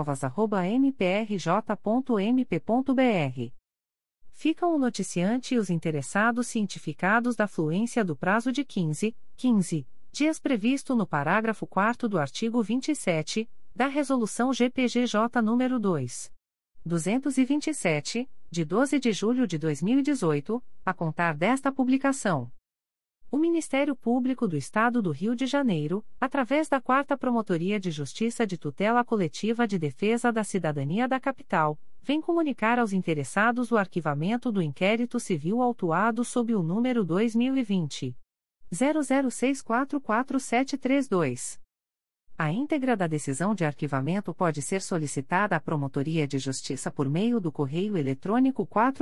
pircovas@mprj.mp.br. Ficam o noticiante e os interessados cientificados da fluência do prazo de 15 dias previsto no parágrafo 4º do artigo 27, da Resolução GPGJ nº 227, de 12 de julho de 2018, a contar desta publicação. O Ministério Público do Estado do Rio de Janeiro, através da 4ª Promotoria de Justiça de Tutela Coletiva de Defesa da Cidadania da Capital, vem comunicar aos interessados o arquivamento do inquérito civil autuado sob o número 2020 00644732. A íntegra da decisão de arquivamento pode ser solicitada à Promotoria de Justiça por meio do correio eletrônico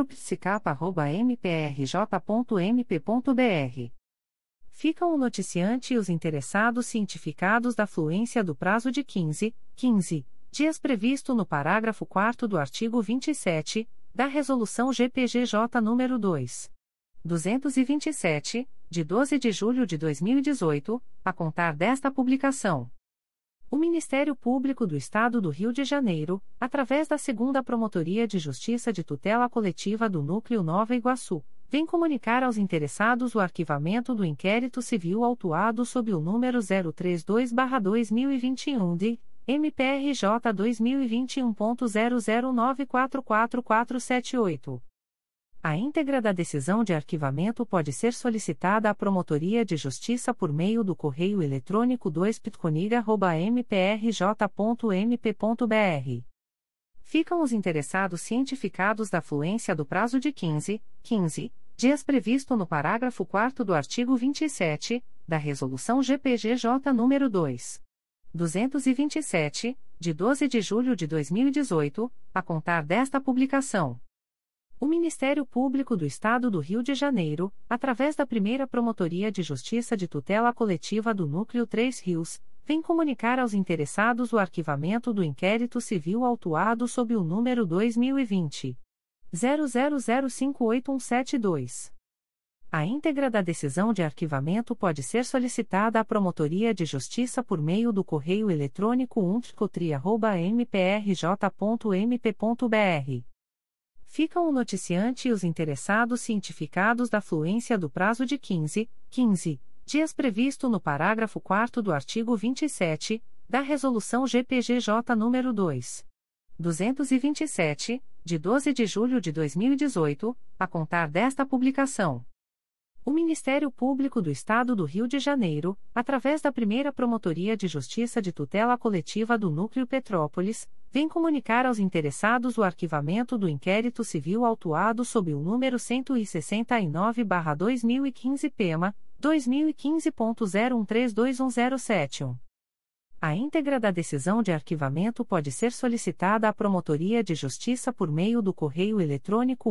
4psicap@mprj.mp.br. Ficam o noticiante e os interessados cientificados da fluência do prazo de 15 dias previsto no parágrafo 4º do artigo 27, da Resolução GPGJ nº 2. 227, de 12 de julho de 2018, a contar desta publicação. O Ministério Público do Estado do Rio de Janeiro, através da 2ª Promotoria de Justiça de Tutela Coletiva do Núcleo Nova Iguaçu, vem comunicar aos interessados o arquivamento do inquérito civil autuado sob o número 032/2021 de MPRJ 2021.00944478. A íntegra da decisão de arquivamento pode ser solicitada à Promotoria de Justiça por meio do correio eletrônico 2pitconig@mprj.mp.br. Ficam os interessados cientificados da fluência do prazo de 15 dias previsto no parágrafo 4º do artigo 27, da Resolução GPGJ nº 2. 227, de 12 de julho de 2018, a contar desta publicação. O Ministério Público do Estado do Rio de Janeiro, através da 1ª Promotoria de Justiça de Tutela Coletiva do Núcleo 3 Rios, vem comunicar aos interessados o arquivamento do inquérito civil autuado sob o número 2020 00058172. A íntegra da decisão de arquivamento pode ser solicitada à Promotoria de Justiça por meio do correio eletrônico umptcotri@mprj.mp.br. Ficam o noticiante e os interessados cientificados da fluência do prazo de 15 dias previsto no parágrafo 4º do artigo 27, da Resolução GPGJ nº 2. 227, de 12 de julho de 2018, a contar desta publicação. O Ministério Público do Estado do Rio de Janeiro, através da 1ª Promotoria de Justiça de Tutela Coletiva do Núcleo Petrópolis, vem comunicar aos interessados o arquivamento do inquérito civil autuado sob o número 169/2015 PEMA, 2015.01321071. A íntegra da decisão de arquivamento pode ser solicitada à Promotoria de Justiça por meio do correio eletrônico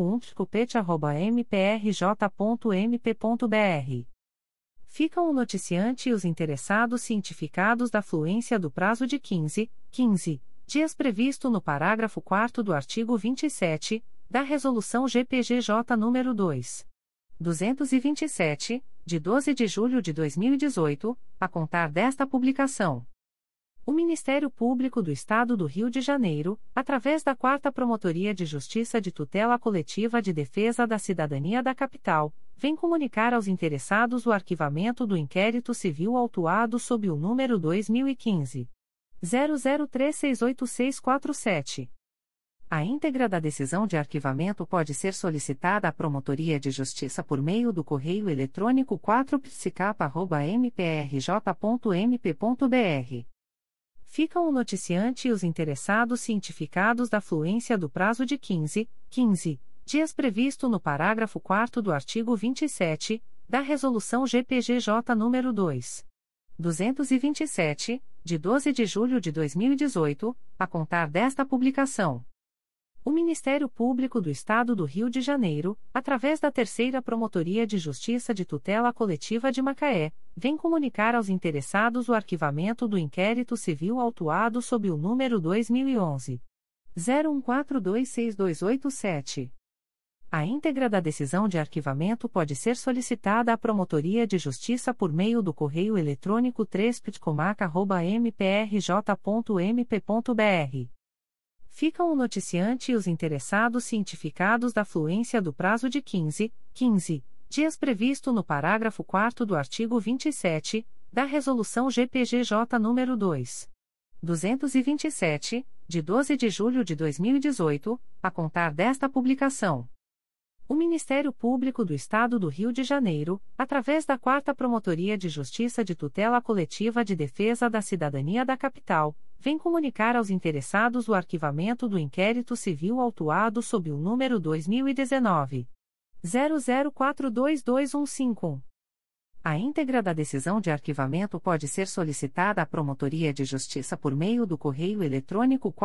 umptcopet@mprj.mp.br. Ficam o noticiante e os interessados cientificados da fluência do prazo de 15 dias previsto no parágrafo 4º do artigo 27, da Resolução GPGJ nº 2. 227, de 12 de julho de 2018, a contar desta publicação. O Ministério Público do Estado do Rio de Janeiro, através da 4ª Promotoria de Justiça de Tutela Coletiva de Defesa da Cidadania da Capital, vem comunicar aos interessados o arquivamento do inquérito civil autuado sob o número 2015 00368647. A íntegra da decisão de arquivamento pode ser solicitada à Promotoria de Justiça por meio do correio eletrônico 4psicapa@mprj.mp.br. Ficam o noticiante e os interessados cientificados da fluência do prazo de 15 dias previsto no parágrafo 4º do artigo 27, da Resolução GPGJ nº 2. 227, de 12 de julho de 2018, a contar desta publicação. O Ministério Público do Estado do Rio de Janeiro, através da 3ª Promotoria de Justiça de Tutela Coletiva de Macaé, vem comunicar aos interessados o arquivamento do inquérito civil autuado sob o número 2011 01426287. A íntegra da decisão de arquivamento pode ser solicitada à Promotoria de Justiça por meio do correio eletrônico 3pitcomac@mprj.mp.br. Ficam o noticiante e os interessados cientificados da fluência do prazo de 15 dias previsto no parágrafo 4º do artigo 27, da Resolução GPGJ nº 2. 227, de 12 de julho de 2018, a contar desta publicação. O Ministério Público do Estado do Rio de Janeiro, através da 4ª Promotoria de Justiça de Tutela Coletiva de Defesa da Cidadania da Capital, vem comunicar aos interessados o arquivamento do inquérito civil autuado sob o número 2019 00422151. A íntegra da decisão de arquivamento pode ser solicitada à Promotoria de Justiça por meio do correio eletrônico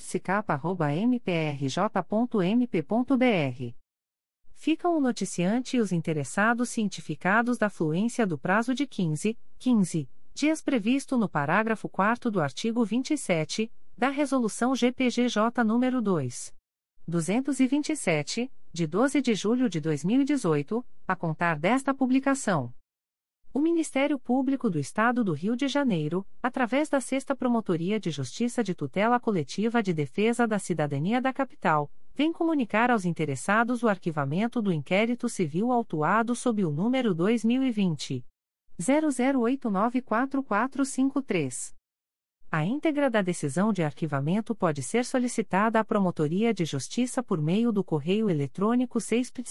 4psicapa@mprj.mp.br. Ficam o noticiante e os interessados cientificados da fluência do prazo de 15 dias previsto no parágrafo 4º do artigo 27, da Resolução GPGJ nº 2. 227, de 12 de julho de 2018, a contar desta publicação. O Ministério Público do Estado do Rio de Janeiro, através da 6ª Promotoria de Justiça de Tutela Coletiva de Defesa da Cidadania da Capital, vem comunicar aos interessados o arquivamento do inquérito civil autuado sob o número 2020 00894453. A íntegra da decisão de arquivamento pode ser solicitada à Promotoria de Justiça por meio do correio eletrônico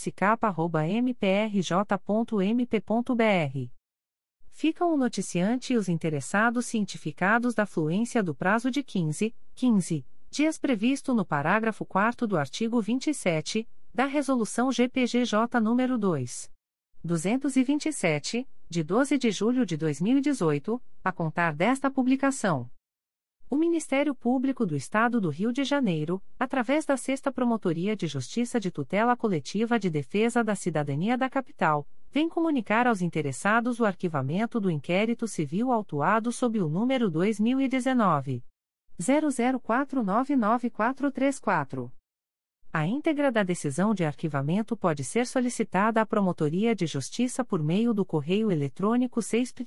6psicapa@mprj.mp.br. Ficam o noticiante e os interessados cientificados da fluência do prazo de 15 dias previsto no parágrafo 4º do artigo 27, da Resolução GPGJ nº 2. 227, de 12 de julho de 2018, a contar desta publicação. O Ministério Público do Estado do Rio de Janeiro, através da 6ª Promotoria de Justiça de Tutela Coletiva de Defesa da Cidadania da Capital, vem comunicar aos interessados o arquivamento do inquérito civil autuado sob o número 2019 00499434. A íntegra da decisão de arquivamento pode ser solicitada à Promotoria de Justiça por meio do correio eletrônico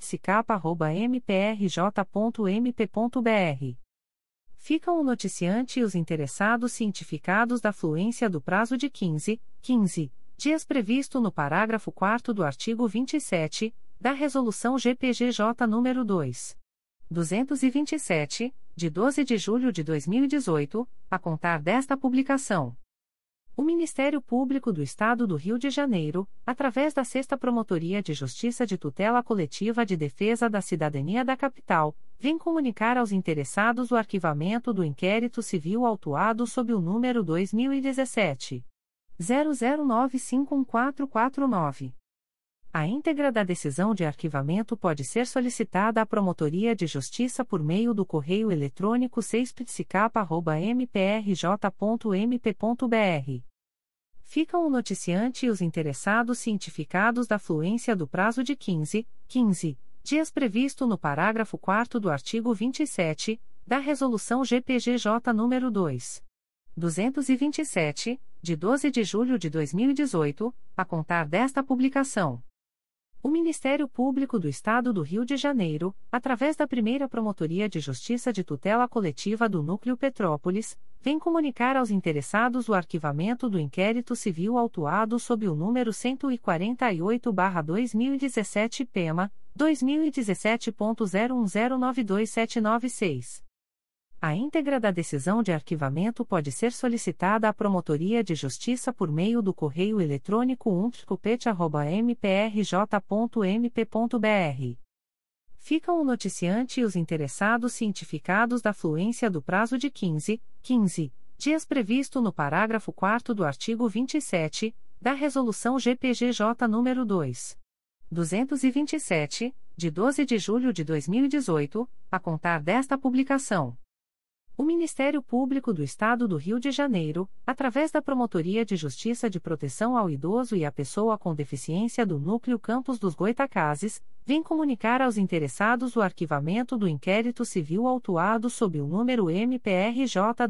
6psicapa@mprj.mp.br. Ficam o noticiante e os interessados cientificados da fluência do prazo de 15 dias previsto no parágrafo 4º do artigo 27, da Resolução GPGJ nº 2. 227, de 12 de julho de 2018, a contar desta publicação. O Ministério Público do Estado do Rio de Janeiro, através da 6ª Promotoria de Justiça de Tutela Coletiva de Defesa da Cidadania da Capital, vem comunicar aos interessados o arquivamento do inquérito civil autuado sob o número 2017 00951449. A íntegra da decisão de arquivamento pode ser solicitada à Promotoria de Justiça por meio do correio eletrônico 6psicapa@mprj.mp.br. Ficam o noticiante e os interessados cientificados da fluência do prazo de 15 dias previsto no parágrafo 4º do artigo 27, da Resolução GPGJ nº 2. 227, de 12 de julho de 2018, a contar desta publicação. O Ministério Público do Estado do Rio de Janeiro, através da 1ª Promotoria de Justiça de Tutela Coletiva do Núcleo Petrópolis, vem comunicar aos interessados o arquivamento do inquérito civil autuado sob o número 148-2017 PEMA, 2017.01092796. A íntegra da decisão de arquivamento pode ser solicitada à Promotoria de Justiça por meio do correio eletrônico umptcopete@mprj.mp.br. Ficam o noticiante e os interessados cientificados da fluência do prazo de 15 dias previsto no parágrafo 4º do artigo 27, da Resolução GPGJ nº 2. 227, de 12 de julho de 2018, a contar desta publicação. O Ministério Público do Estado do Rio de Janeiro, através da Promotoria de Justiça de Proteção ao Idoso e à Pessoa com Deficiência do Núcleo Campos dos Goitacazes, vem comunicar aos interessados o arquivamento do inquérito civil autuado sob o número MPRJ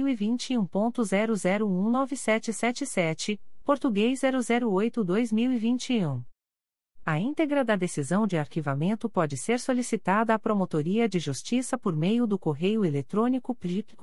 2021.00197777, português 008-2021. A íntegra da decisão de arquivamento pode ser solicitada à Promotoria de Justiça por meio do correio eletrônico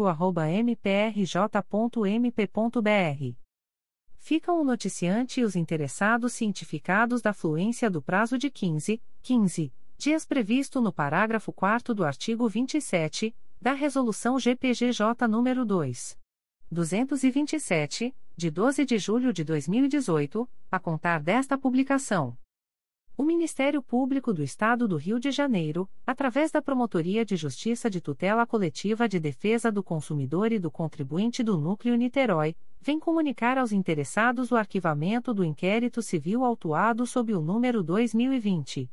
psico@mprj.mp.br. Ficam o noticiante e os interessados cientificados da fluência do prazo de 15 dias previsto no parágrafo 4º do artigo 27, da Resolução GPGJ nº 2. 227, de 12 de julho de 2018, a contar desta publicação. O Ministério Público do Estado do Rio de Janeiro, através da Promotoria de Justiça de Tutela Coletiva de Defesa do Consumidor e do Contribuinte do Núcleo Niterói, vem comunicar aos interessados o arquivamento do inquérito civil autuado sob o número 2020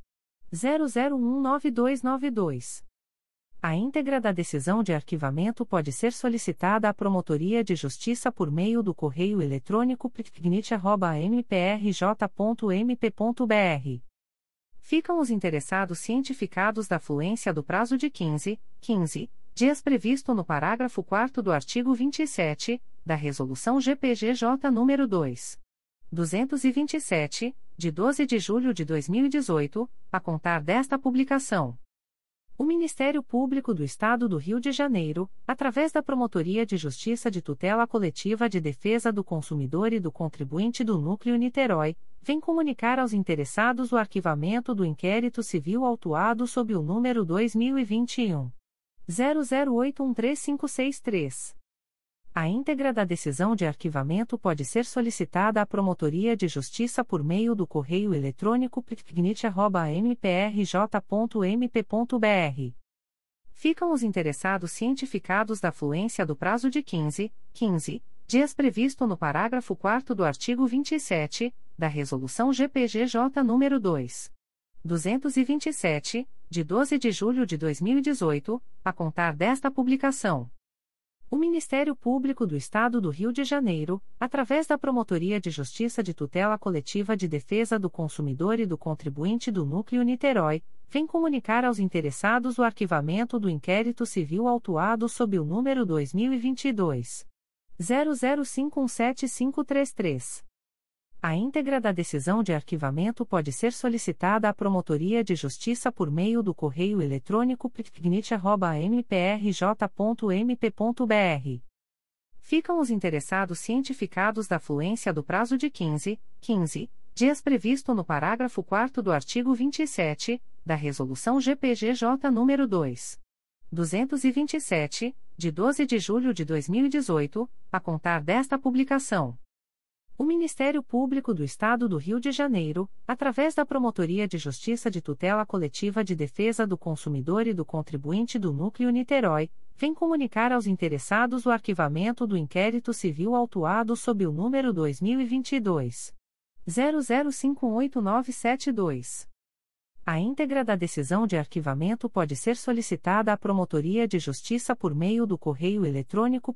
00192292. A íntegra da decisão de arquivamento pode ser solicitada à Promotoria de Justiça por meio do correio eletrônico ptgnit@mprj.mp.br. Ficam os interessados cientificados da fluência do prazo de 15 dias previsto no parágrafo 4º do artigo 27, da Resolução GPGJ nº 2. 227, de 12 de julho de 2018, a contar desta publicação. O Ministério Público do Estado do Rio de Janeiro, através da Promotoria de Justiça de Tutela Coletiva de Defesa do Consumidor e do Contribuinte do Núcleo Niterói, vem comunicar aos interessados o arquivamento do inquérito civil autuado sob o número 2021 00813563. A íntegra da decisão de arquivamento pode ser solicitada à Promotoria de Justiça por meio do correio eletrônico picnit@mprj.mp.br. Ficam os interessados cientificados da fluência do prazo de 15 dias previsto no parágrafo 4º do artigo 27, da Resolução GPGJ nº 2. 227, de 12 de julho de 2018, a contar desta publicação. O Ministério Público do Estado do Rio de Janeiro, através da Promotoria de Justiça de Tutela Coletiva de Defesa do Consumidor e do Contribuinte do Núcleo Niterói, vem comunicar aos interessados o arquivamento do inquérito civil autuado sob o número 2022 00517533. A íntegra da decisão de arquivamento pode ser solicitada à Promotoria de Justiça por meio do correio eletrônico picnit@mprj.mp.br. Ficam os interessados cientificados da fluência do prazo de 15 dias previsto no parágrafo 4º do artigo 27, da Resolução GPGJ nº 2. 227, de 12 de julho de 2018, a contar desta publicação. O Ministério Público do Estado do Rio de Janeiro, através da Promotoria de Justiça de Tutela Coletiva de Defesa do Consumidor e do Contribuinte do Núcleo Niterói, vem comunicar aos interessados o arquivamento do inquérito civil autuado sob o número 2022 00518972. A íntegra da decisão de arquivamento pode ser solicitada à Promotoria de Justiça por meio do correio eletrônico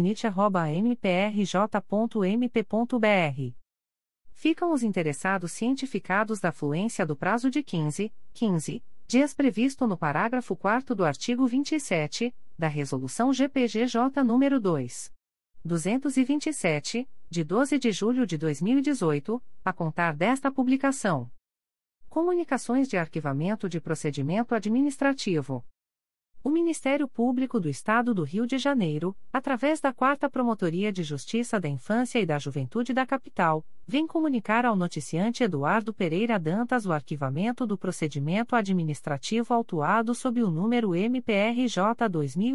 picnit@mprj.mp.br. Ficam os interessados cientificados da fluência do prazo de 15 dias previsto no parágrafo 4º do artigo 27, da Resolução GPGJ nº 2. 227, de 12 de julho de 2018, a contar desta publicação. Comunicações de arquivamento de procedimento administrativo. O Ministério Público do Estado do Rio de Janeiro, através da 4ª Promotoria de Justiça da Infância e da Juventude da Capital, vem comunicar ao noticiante Eduardo Pereira Dantas o arquivamento do procedimento administrativo autuado sob o número MPRJ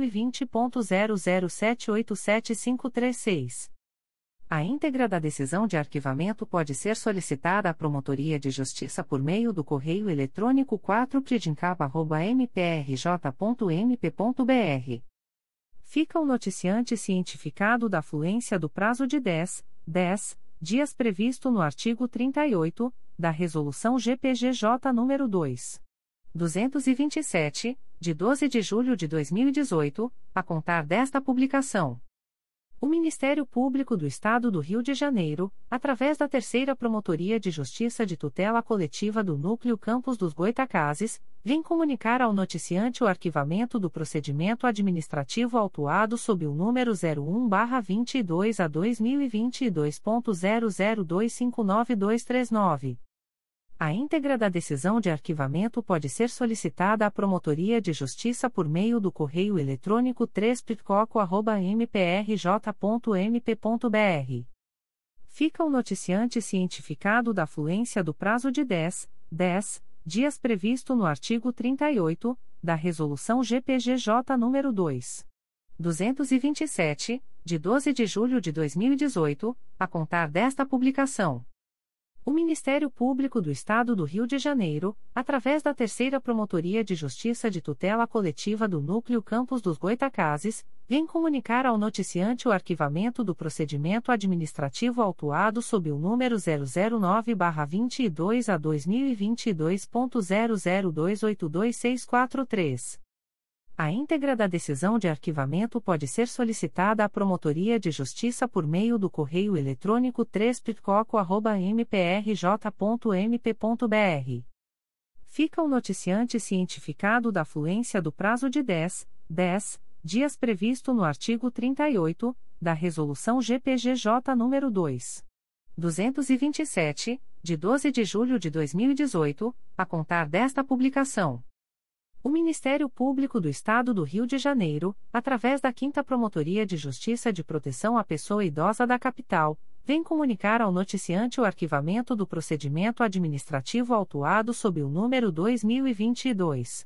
2020.00787536. A íntegra da decisão de arquivamento pode ser solicitada à Promotoria de Justiça por meio do correio eletrônico 4pdincap@mprj.mp.br. Fica o noticiante cientificado da fluência do prazo de 10 dias previsto no artigo 38, da Resolução GPGJ nº 2. 227, de 12 de julho de 2018, a contar desta publicação. O Ministério Público do Estado do Rio de Janeiro, através da 3ª Promotoria de Justiça de Tutela Coletiva do Núcleo Campos dos Goytacazes, vem comunicar ao noticiante o arquivamento do procedimento administrativo autuado sob o número 01/22/2022.00259239. A íntegra da decisão de arquivamento pode ser solicitada à Promotoria de Justiça por meio do correio eletrônico 3pitcoco@mprj.mp.br. Fica o noticiante cientificado da fluência do prazo de 10 dias previsto no artigo 38, da Resolução GPGJ nº 2. 227, de 12 de julho de 2018, a contar desta publicação. O Ministério Público do Estado do Rio de Janeiro, através da 3ª Promotoria de Justiça de Tutela Coletiva do Núcleo Campos dos Goytacazes, vem comunicar ao noticiante o arquivamento do procedimento administrativo autuado sob o número 009/22 a 2022.00282643. A íntegra da decisão de arquivamento pode ser solicitada à Promotoria de Justiça por meio do correio eletrônico 3pitcoco@mprj.mp.br. Fica o noticiante cientificado da fluência do prazo de 10 dias previsto no artigo 38, da Resolução GPGJ nº 2. 227, de 12 de julho de 2018, a contar desta publicação. O Ministério Público do Estado do Rio de Janeiro, através da 5ª Promotoria de Justiça de Proteção à Pessoa Idosa da Capital, vem comunicar ao noticiante o arquivamento do procedimento administrativo autuado sob o número 2022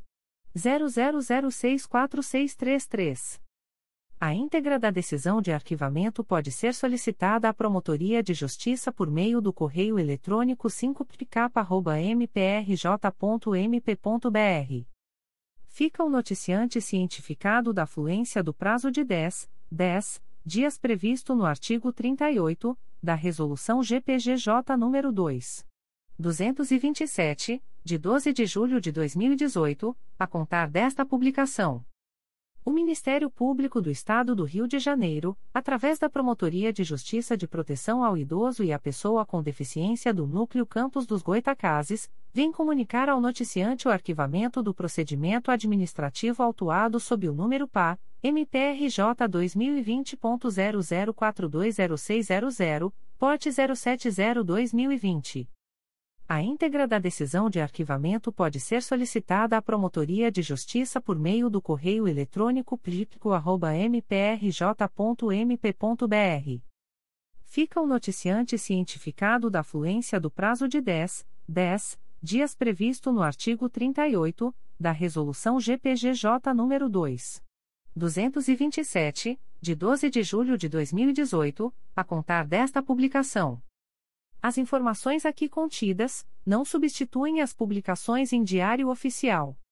00064633. A íntegra da decisão de arquivamento pode ser solicitada à Promotoria de Justiça por meio do correio eletrônico 5pk@mprj.mp.br. Fica o noticiante cientificado da fluência do prazo de 10 dias previsto no artigo 38, da Resolução GPGJ nº 2. 227, de 12 de julho de 2018, a contar desta publicação. O Ministério Público do Estado do Rio de Janeiro, através da Promotoria de Justiça de Proteção ao Idoso e à Pessoa com Deficiência do Núcleo Campos dos Goytacazes, vem comunicar ao noticiante o arquivamento do procedimento administrativo autuado sob o número PA, MPRJ 2020.00420600, porte 070-2020. A íntegra da decisão de arquivamento pode ser solicitada à Promotoria de Justiça por meio do correio eletrônico pipco@mprj.mp.br. Fica o noticiante cientificado da fluência do prazo de 10 dias previsto no artigo 38, da Resolução GPGJ nº 2. 227, de 12 de julho de 2018, a contar desta publicação. As informações aqui contidas não substituem as publicações em Diário Oficial.